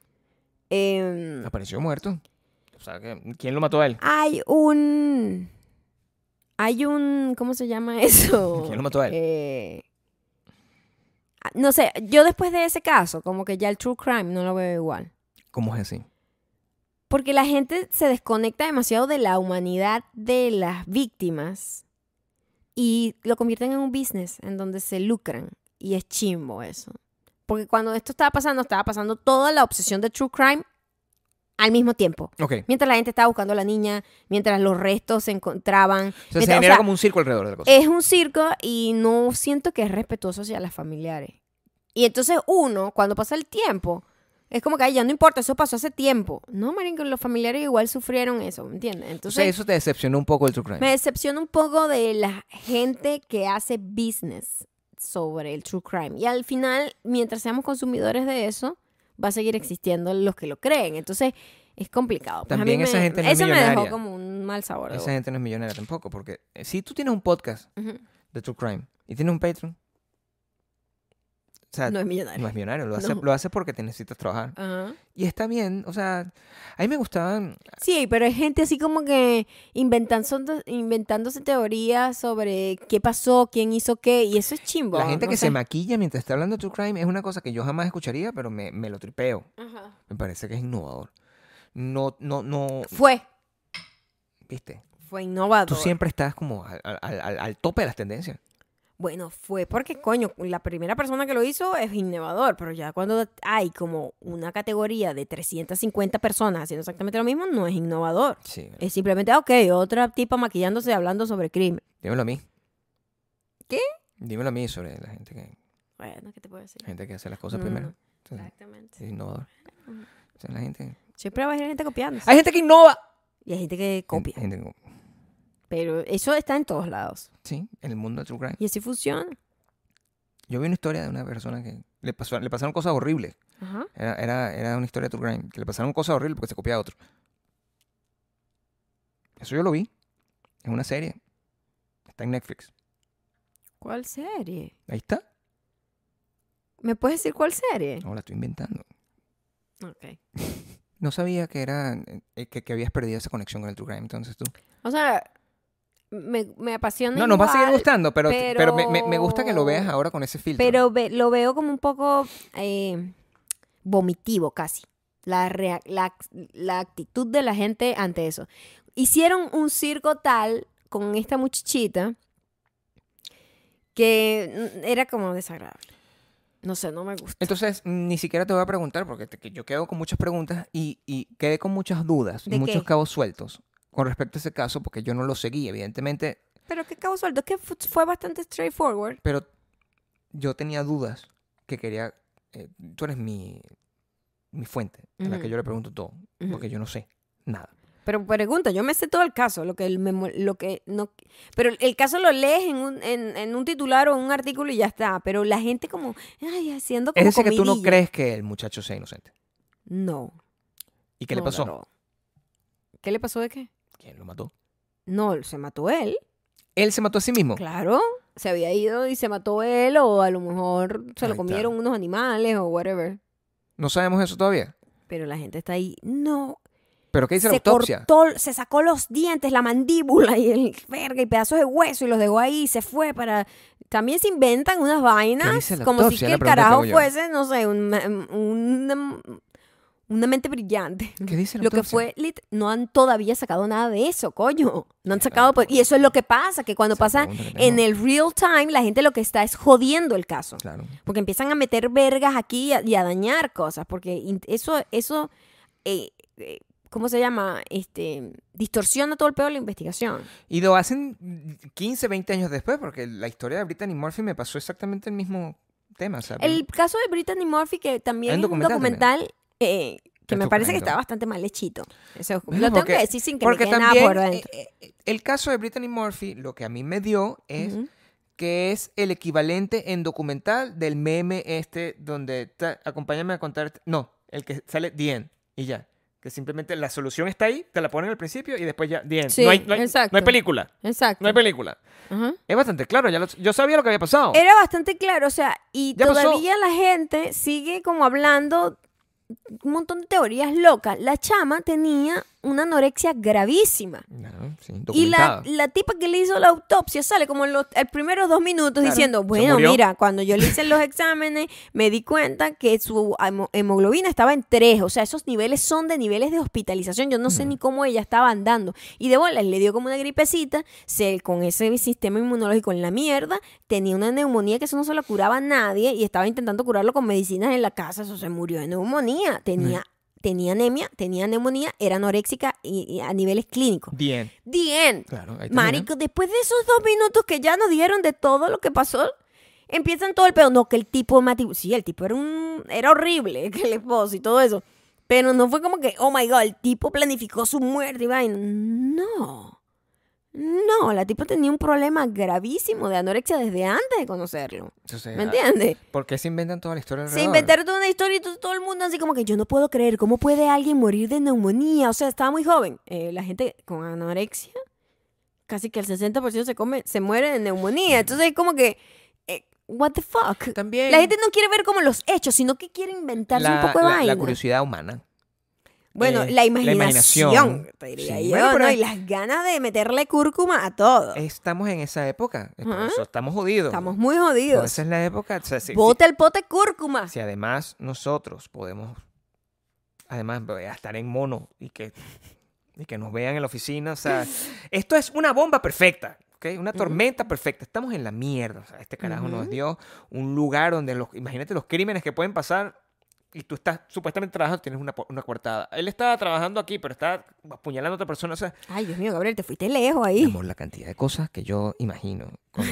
Em, apareció muerto. O sea, que, ¿quién lo mató a él? hay un... Hay un... ¿Cómo se llama eso? ¿Quién lo mató a él? Eh, ah, no sé, yo después de ese caso, como que ya el true crime no lo veo igual. ¿Cómo es así? Porque la gente se desconecta demasiado de la humanidad de las víctimas y lo convierten en un business en donde se lucran. Y es chimbo eso. Porque cuando esto estaba pasando, estaba pasando toda la obsesión de true crime al mismo tiempo. Ok. Mientras la gente estaba buscando a la niña, mientras los restos se encontraban. O sea, se mientras- o genera sea, como un circo alrededor de la cosa. es un circo y no siento que es respetuoso hacia las familiares. Y entonces uno, cuando pasa el tiempo, es como que "Ay, ya no importa, eso pasó hace tiempo". No, marico, los familiares igual sufrieron eso, ¿me entiendes? o sea, Entonces eso te decepcionó un poco el true crime. me decepciona un poco de la gente que hace business sobre el true crime. Y al final, mientras seamos consumidores de eso, va a seguir existiendo los que lo creen. Entonces es complicado. Pues a También mí esa me- gente no es eso me dejó millonaria. como un mal sabor de Esa boca. gente no es millonaria tampoco, porque eh, si tú tienes un podcast Ujú. de true crime y tienes un Patreon, o sea, No no es es millonario. millonario, lo hace, No. lo hace porque te necesitas trabajar. Ajá. Y está bien, o sea, a mí me gustaban, Sí, pero hay gente así como que inventando, inventándose teorías sobre qué pasó, quién hizo qué, y eso es chimbo. la gente no que sé. se maquilla mientras está hablando de true crime es una cosa que yo jamás escucharía, pero me, me lo tripeo. Ajá. Me parece que es innovador. No, no, no, Fue, viste. fue innovador. Tú siempre estás como al, al- al- al tope de las tendencias. Bueno, fue porque, coño, la primera persona que lo hizo es innovador, pero ya cuando hay como una categoría de trescientas cincuenta personas haciendo exactamente lo mismo, no es innovador. Sí. Es simplemente, ah, ok, otra tipa maquillándose hablando sobre crimen. Dímelo a mí. ¿Qué? Dímelo a mí sobre la gente que, Bueno, ¿qué te puedo decir? gente que hace las cosas No, primero. no, Entonces, exactamente. es innovador. O sea, la gente... Siempre va a haber gente copiando. Hay gente que innova. Y hay gente que copia. Gente que- Pero eso está en todos lados. sí, en el mundo del true crime. Y así funciona. Yo vi una historia de una persona que le, pasó, le pasaron cosas horribles. Ajá. Era, era, era una historia de true crime. Que le pasaron cosas horribles porque se copiaba a otro. Eso yo lo vi. Es una serie. Está en Netflix. ¿Cuál serie? Ahí está. ¿Me puedes decir cuál serie? No, la estoy inventando. Ok. No sabía que era eh, que, que habías perdido esa conexión con el true crime, entonces tú. O sea, me, me apasiona No, nos va a seguir igual, gustando, pero, pero... pero- me, me- me gusta que lo veas ahora con ese filtro. Pero ve- lo veo como un poco eh, vomitivo casi. La, rea- la, la actitud de la gente ante eso. Hicieron un circo tal con esta muchachita que mm, era como desagradable. No sé, no me gusta. Entonces, ni siquiera te voy a preguntar, porque te- que yo quedo con muchas preguntas y, y quedé con muchas dudas y ¿De muchos qué? cabos sueltos con respecto a ese caso, porque yo no lo seguí, evidentemente, Pero qué cabo suelto, es que fu- fue bastante straightforward. pero yo tenía dudas que quería... eh, tú eres mi, mi fuente, a la Ujú. que yo le pregunto todo, Ujú. porque yo no sé nada. Pero pregunta, yo me sé todo el caso, lo que el me mo- lo que no, pero el caso lo lees en un, en, en un titular o en un artículo y ya está. Pero la gente como, ay, haciendo como Es decir, que tú no comidilla. crees que el muchacho sea inocente. No. ¿Y qué no, le pasó? no. ¿Qué le pasó de qué? ¿Quién lo mató? No, se mató él. Él se mató a sí mismo. Claro. Se había ido y se mató él o a lo mejor se Ahí lo está. comieron unos animales o whatever. No sabemos eso todavía. Pero la gente está ahí, no. ¿Pero qué dice la Se autopsia? cortó, se sacó los dientes, la mandíbula y el verga y pedazos de hueso y los dejó ahí y se fue para... También se inventan unas ¿Qué vainas dice la como si autopsia? que La el pregunta que carajo hago yo. fuese, no sé, un- una, una mente brillante. ¿Qué dice la Lo que autopsia? fue, lit- no han todavía sacado nada de eso, coño. No han sacado... pues, y eso es lo que pasa, que cuando Esa es la pasa pregunta que en tengo. el real time, la gente lo que está es jodiendo el caso. Claro. Porque empiezan a meter vergas aquí y a, y a dañar cosas. Porque in- eso, eso eh, eh, ¿cómo se llama? Este, distorsiona todo el pedo de la investigación. Y lo hacen quince, veinte años después, porque la historia de Brittany Murphy me pasó exactamente el mismo tema. ¿sabes? El caso de Brittany Murphy, que también Hay un es un documental documental eh, que Es me parece que estupendo. está bastante mal hechito. Eso, Bueno, lo tengo porque- que decir sin que me Porque quede nada también por dentro. eh, eh, el caso de Brittany Murphy, lo que a mí me dio es Ujú. que es el equivalente en documental del meme este donde ta- acompáñame a contar, no, el que sale The End y ya, que simplemente la solución está ahí, te la ponen al principio y después ya The End. Sí, no, hay, no, hay, exacto. no hay película, Exacto. no hay película. Ajá. Es bastante claro, ya lo- yo sabía lo que había pasado. Era bastante claro, o sea, y Ya pasó. todavía la gente sigue como hablando un montón de teorías locas. La chama tenía una anorexia gravísima. No, sí, Y la, documentada. la tipa que le hizo la autopsia sale como en los el primeros dos minutos Claro, diciendo, se bueno, murió. mira, cuando yo le hice los exámenes me di cuenta que su hemo- hemoglobina estaba en tres. O sea, esos niveles son de niveles de hospitalización. Yo no sé ni cómo ella estaba andando. Y de bolas, le dio como una gripecita, se, con ese sistema inmunológico en la mierda, tenía una neumonía que eso no se lo curaba a nadie y estaba intentando curarlo con medicinas en la casa. Eso se murió de neumonía. Tenía... Tenía anemia, tenía neumonía, era anoréxica y, y a niveles clínicos. The End. The end. Claro, ahí termina. Marico, después de esos dos minutos que ya nos dieron de todo lo que pasó, empiezan todo el pedo. No, que el tipo mati- sí, el tipo era un era horrible, que el esposo y todo eso. Pero no fue como que, oh my god, el tipo planificó su muerte y vaina. No. No, la tipa tenía un problema gravísimo de anorexia desde antes de conocerlo. Entonces, ¿Me ah, entiendes? ¿por qué se inventan toda la historia Se alrededor? inventaron toda una historia y todo, todo el mundo así como que yo no puedo creer, ¿cómo puede alguien morir de neumonía? O sea, estaba muy joven. Eh, la gente con anorexia, casi que el sesenta por ciento se come, se muere de neumonía. Entonces es como que, eh, what the fuck? También La gente no quiere ver como los hechos, sino que quiere inventarse la, un poco de la- vaina. la curiosidad humana. Bueno, eh, la la imaginación, imaginación. te diría Sí, yo, bueno, pero ¿no? es- Y las ganas de meterle cúrcuma a todo. Estamos en esa época. es por Ajá. eso estamos jodidos. Estamos muy Por jodidos. esa es la época. O sea, si, Bota el pote cúrcuma. si- si además nosotros podemos, además, estar en mono y que, y que nos vean en la oficina. O sea, esto es una bomba perfecta. ¿ok? Una tormenta perfecta. Estamos en la mierda. O sea, este carajo Ujú. nos dio un lugar donde, los, imagínate los crímenes que pueden pasar y tú estás supuestamente trabajando, tienes una, pu- una coartada. Él estaba trabajando aquí, pero está apuñalando a otra persona. O sea, Ay, Dios mío, Gabriel, te fuiste lejos mi ahí. amor, la cantidad de cosas que yo imagino con-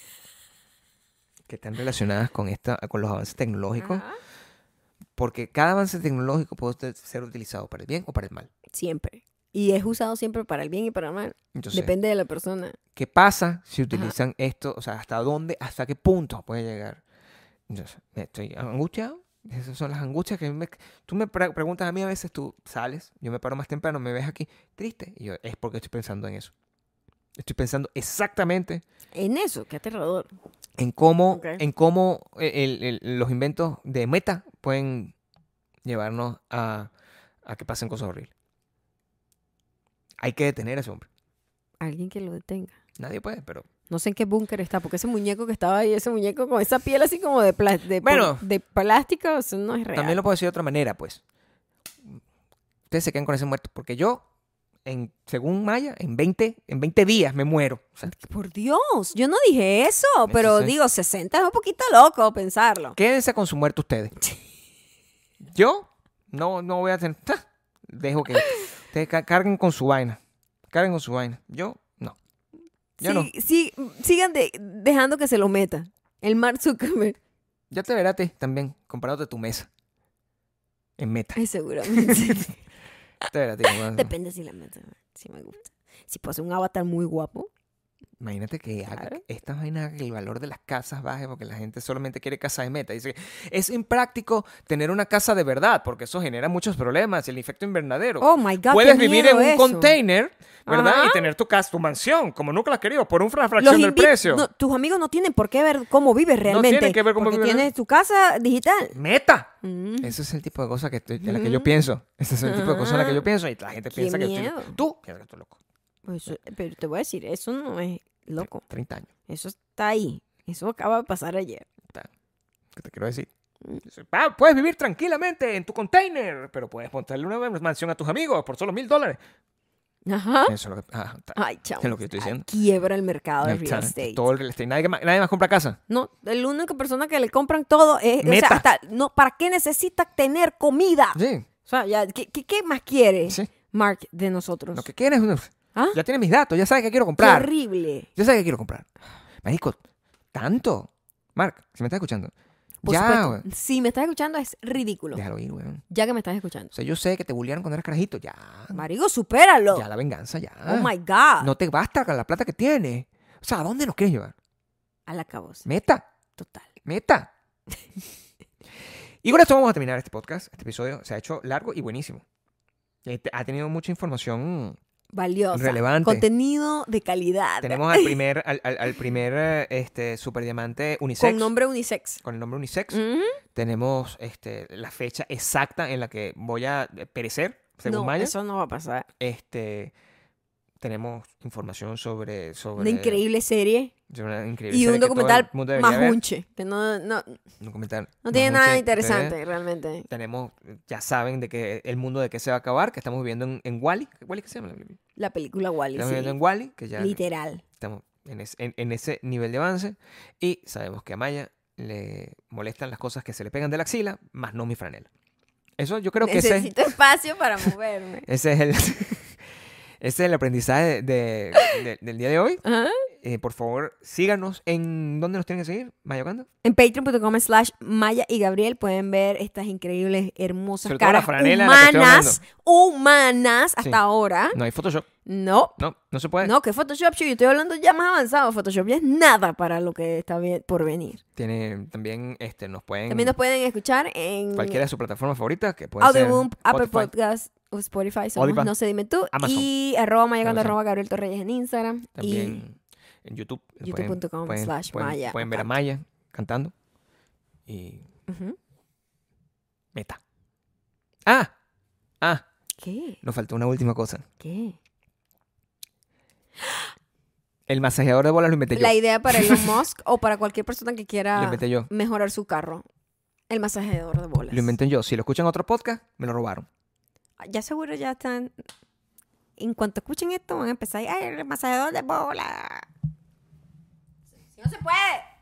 que están relacionadas con, esta, con los avances tecnológicos, Ajá. porque cada avance tecnológico puede ser utilizado para el bien o para el mal. Siempre. Y es usado siempre para el bien y para el mal. Entonces, Depende de la persona. ¿qué pasa si utilizan esto? O sea, ¿hasta dónde, hasta qué punto puede llegar? Entonces, estoy angustiado. Esas son las angustias que me, tú me pre- preguntas a mí a veces, tú sales, yo me paro más temprano, me ves aquí triste. Y yo, es porque estoy pensando en eso. Estoy pensando exactamente En eso, qué aterrador. en cómo, Ok. en cómo el- el- los inventos de Meta pueden llevarnos a, a que pasen cosas horribles. Hay que detener a ese hombre. Alguien que lo detenga. Nadie puede, pero... No sé en qué búnker está, porque ese muñeco que estaba ahí, ese muñeco con esa piel así como de, pla- de, Bueno. de plástico, eso no es real. También lo puedo decir de otra manera, pues. Ustedes se quedan con ese muerto, porque yo, en, según Maya, en veinte, en veinte días me muero. O sea, Por Dios, yo no dije eso, pero Entonces- digo, sesenta es un poquito loco pensarlo. quédense con su muerto ustedes. Yo no, no voy a tener... ¡Ah! Dejo que ustedes ca- carguen con su vaina. Carguen con su vaina. Yo, no. Yo no. Sí, sí, sigan de- dejando que se lo meta. El Mark Zuckerberg. Ya te verás te- también comprándote tu mesa. En Meta. Ay, seguramente. Te verás, te digo, Depende si la meta. Si me gusta. Si puedo hacer un avatar muy guapo. Imagínate que haga Claro. que esta vaina haga que el valor de las casas baje porque la gente solamente quiere casa de Meta. Dice que es impráctico tener una casa de verdad porque eso genera muchos problemas, el efecto invernadero. Oh my God. Puedes qué vivir en miedo un eso. container, ¿verdad? Ajá. Y tener tu casa, tu mansión, como nunca la has querido, por una Los fracción del invi- precio. no, tus amigos no tienen por qué ver cómo vives realmente. tienen que ver cómo porque vives. tienes tu casa digital. ¡Meta! Mm. Ese es el tipo de cosas que estoy, en la que yo pienso. Ese es el tipo de cosas en la que yo pienso y la gente Qué piensa que estoy miedo. loco. Tú piensas que estoy loco. Eso- pero te voy a decir, eso no es loco. treinta años. Eso está ahí. Eso acaba de pasar ayer. ¿Qué te quiero decir? Mm. Ah, puedes vivir tranquilamente en tu container, pero puedes montarle una mansión a tus amigos por solo mil dólares. Ajá. Eso es lo que, ah, está- Ay, chamo. es lo que yo estoy diciendo. Quiebra el mercado de Ahí real está, estate. todo el real estate. Nadie, más- nadie más compra casa. No, la única persona que le compran todo es, o Meta. sea, hasta, no, ¿para qué necesita tener comida? Sí, O sea, ya, ¿qué, qué, qué más quiere sí. Mark de nosotros? Lo que quieres es... ¿Ah? Ya tienes mis datos, ya sabes que quiero Qué comprar. horrible. Ya sabes que quiero comprar. Marico, ¿tanto? Mark, si me estás escuchando. Por ya, supuesto, güey. si me estás escuchando es ridículo. Déjalo ir, weón. Ya que me estás escuchando. O sea, yo sé que te bullearon cuando eras carajito. Ya. Marico, supéralo. Ya la venganza, ya. Oh my God. No te basta con la plata que tienes. O sea, ¿a dónde nos quieres llevar? A la cabosa. Meta. Total. Meta. Y con esto vamos a terminar este podcast. Este episodio se ha hecho largo y buenísimo. Eh, te- Ha tenido mucha información. Valiosa. Relevante. Contenido de calidad. Tenemos al primer, al, al- al primer eh, este, superdiamante unisex. Con nombre unisex. Con el nombre unisex. Ujú. Tenemos este, la fecha exacta en la que voy a perecer, según No, Maya. eso no va a pasar. Este, tenemos información sobre, sobre Una increíble serie sobre una increíble y serie un que todo el documental mundo debería ver. majunche. Que no, no, Un documental no tiene majunche, nada ¿eh? interesante, realmente. Tenemos, ya saben de que el mundo de qué se va a acabar, que estamos viviendo en, en Wall-E. ¿Wall-E qué se llama? La película Wall-E, Estamos sí. viviendo en Wall-E, que ya Literal. estamos en, es- en- en ese nivel de avance. Y sabemos que a Maya le molestan las cosas que se le pegan de la axila, más no mi franela. Eso yo creo que ese, Necesito espacio para moverme. ese es el ese es el aprendizaje de- de- de- del día de hoy. Ajá. Eh, por favor, síganos en... ¿Dónde nos tienen que seguir? ¿Maya Ocando? En patreon.com slash Maya y Gabriel pueden ver estas increíbles, hermosas Sobre todo la caras franela de la que estoy humanas, humanas hasta Sí. ahora. No hay Photoshop. No, No, no se puede. no, que Photoshop, yo estoy hablando ya más avanzado. Photoshop ya es nada para lo que está bien- por venir. Tiene también, este, nos pueden... También nos pueden escuchar en Cualquiera de sus plataformas favoritas, que puede ser Audioboom, Apple Spotify. Podcast o Spotify. Somos Audible. No se dime tú. Amazon. Y arroba mayagando, Amazon. arroba Gabriel Torreyes en Instagram. También en YouTube. youtube punto com pueden- slash pueden- Maya Pueden ver a Ocando. Maya cantando. Y Y... Ujú. meta. Ah, ah, ¿Qué? nos faltó una última cosa. ¿Qué? El masajeador de bolas lo inventé yo. La idea para Elon Musk o para cualquier persona que Lo quiera inventé yo. mejorar su carro. El masajeador de bolas. Lo inventé yo. Si lo escuchan en otro podcast, me lo robaron. Ya seguro ya están... En cuanto escuchen esto, van a empezar... ¡Ay, el masajeador de bolas! se puede.